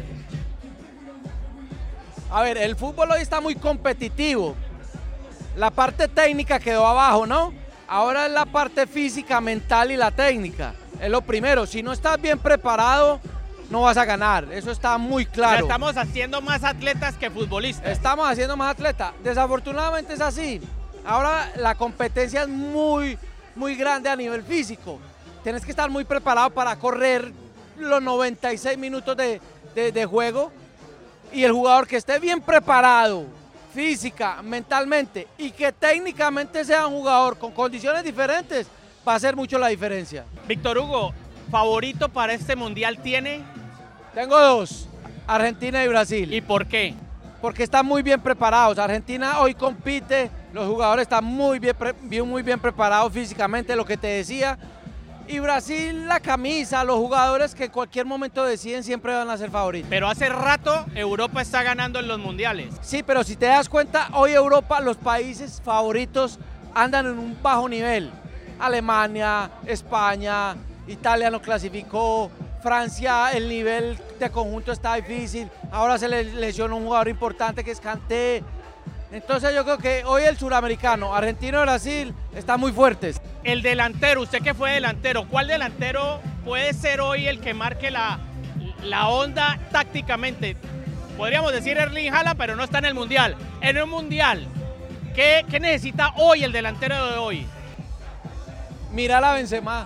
A ver, el fútbol hoy está muy competitivo. La parte técnica quedó abajo, ¿no? Ahora es la parte física, mental y la técnica. Es lo primero. Si no estás bien preparado, no vas a ganar, eso está muy claro. O sea, estamos haciendo más atletas que futbolistas. Estamos haciendo más atletas, desafortunadamente es así. Ahora la competencia es muy, muy grande a nivel físico. Tienes que estar muy preparado para correr los noventa y seis minutos de, de, de juego, y el jugador que esté bien preparado, física, mentalmente, y que técnicamente sea un jugador con condiciones diferentes, va a hacer mucho la diferencia. Víctor Hugo, ¿favorito para este mundial tiene? Tengo dos, Argentina y Brasil. ¿Y por qué? Porque están muy bien preparados. Argentina hoy compite, los jugadores están muy bien, muy bien preparados físicamente, lo que te decía. Y Brasil, la camisa, los jugadores que en cualquier momento deciden siempre van a ser favoritos. Pero hace rato Europa está ganando en los mundiales. Sí, pero si te das cuenta, hoy Europa, los países favoritos andan en un bajo nivel. Alemania, España, Italia no clasificó, Francia, el nivel de conjunto está difícil, ahora se le lesionó un jugador importante que es Kanté. Entonces yo creo que hoy el suramericano, Argentina y Brasil, están muy fuertes. El delantero, usted que fue delantero, ¿cuál delantero puede ser hoy el que marque la, la onda tácticamente? Podríamos decir Erling Haaland, pero no está en el Mundial. En el Mundial, ¿qué, qué necesita hoy el delantero de hoy? Mirar a Benzema.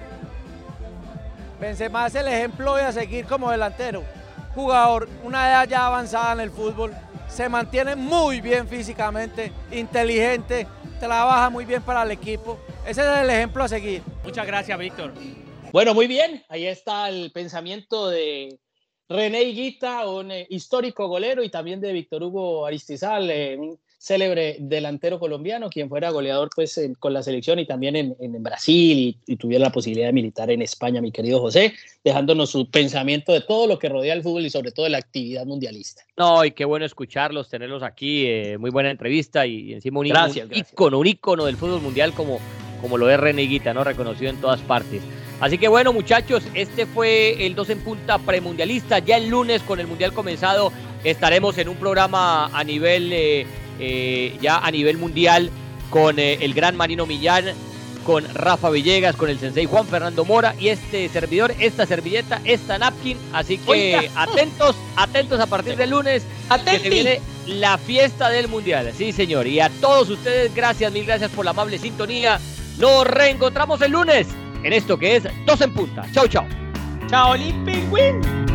Benzema es el ejemplo hoy a seguir como delantero. Jugador, una edad ya avanzada en el fútbol, se mantiene muy bien físicamente, inteligente, trabaja muy bien para el equipo. Ese es el ejemplo a seguir. Muchas gracias, Víctor. Bueno, muy bien. Ahí está el pensamiento de René Higuita, un eh, histórico golero, y también de Víctor Hugo Aristizal, eh, un célebre delantero colombiano, quien fuera goleador pues, en, con la selección y también en, en Brasil y, y tuviera la posibilidad de militar en España, mi querido José, dejándonos su pensamiento de todo lo que rodea el fútbol y sobre todo de la actividad mundialista. No, y qué bueno escucharlos, tenerlos aquí, eh, muy buena entrevista y, y encima un, gracias, un gracias. ícono, un ícono del fútbol mundial como, como lo es René Higuita, ¿no? Reconocido en todas partes. Así que bueno, muchachos, este fue el dos en punta premundialista. Ya el lunes, con el mundial comenzado, estaremos en un programa a nivel eh, eh, ya a nivel mundial con eh, el gran Marino Millán, con Rafa Villegas, con el sensei Juan Fernando Mora y este servidor, esta servilleta, esta napkin. Así que Oiga. atentos, atentos a partir del lunes, Atenti. que se viene la fiesta del mundial. Sí, señor. Y a todos ustedes, gracias, mil gracias por la amable sintonía. Nos reencontramos el lunes en esto que es Dos en Punta. Chau, chau. Chao, Olympic Win.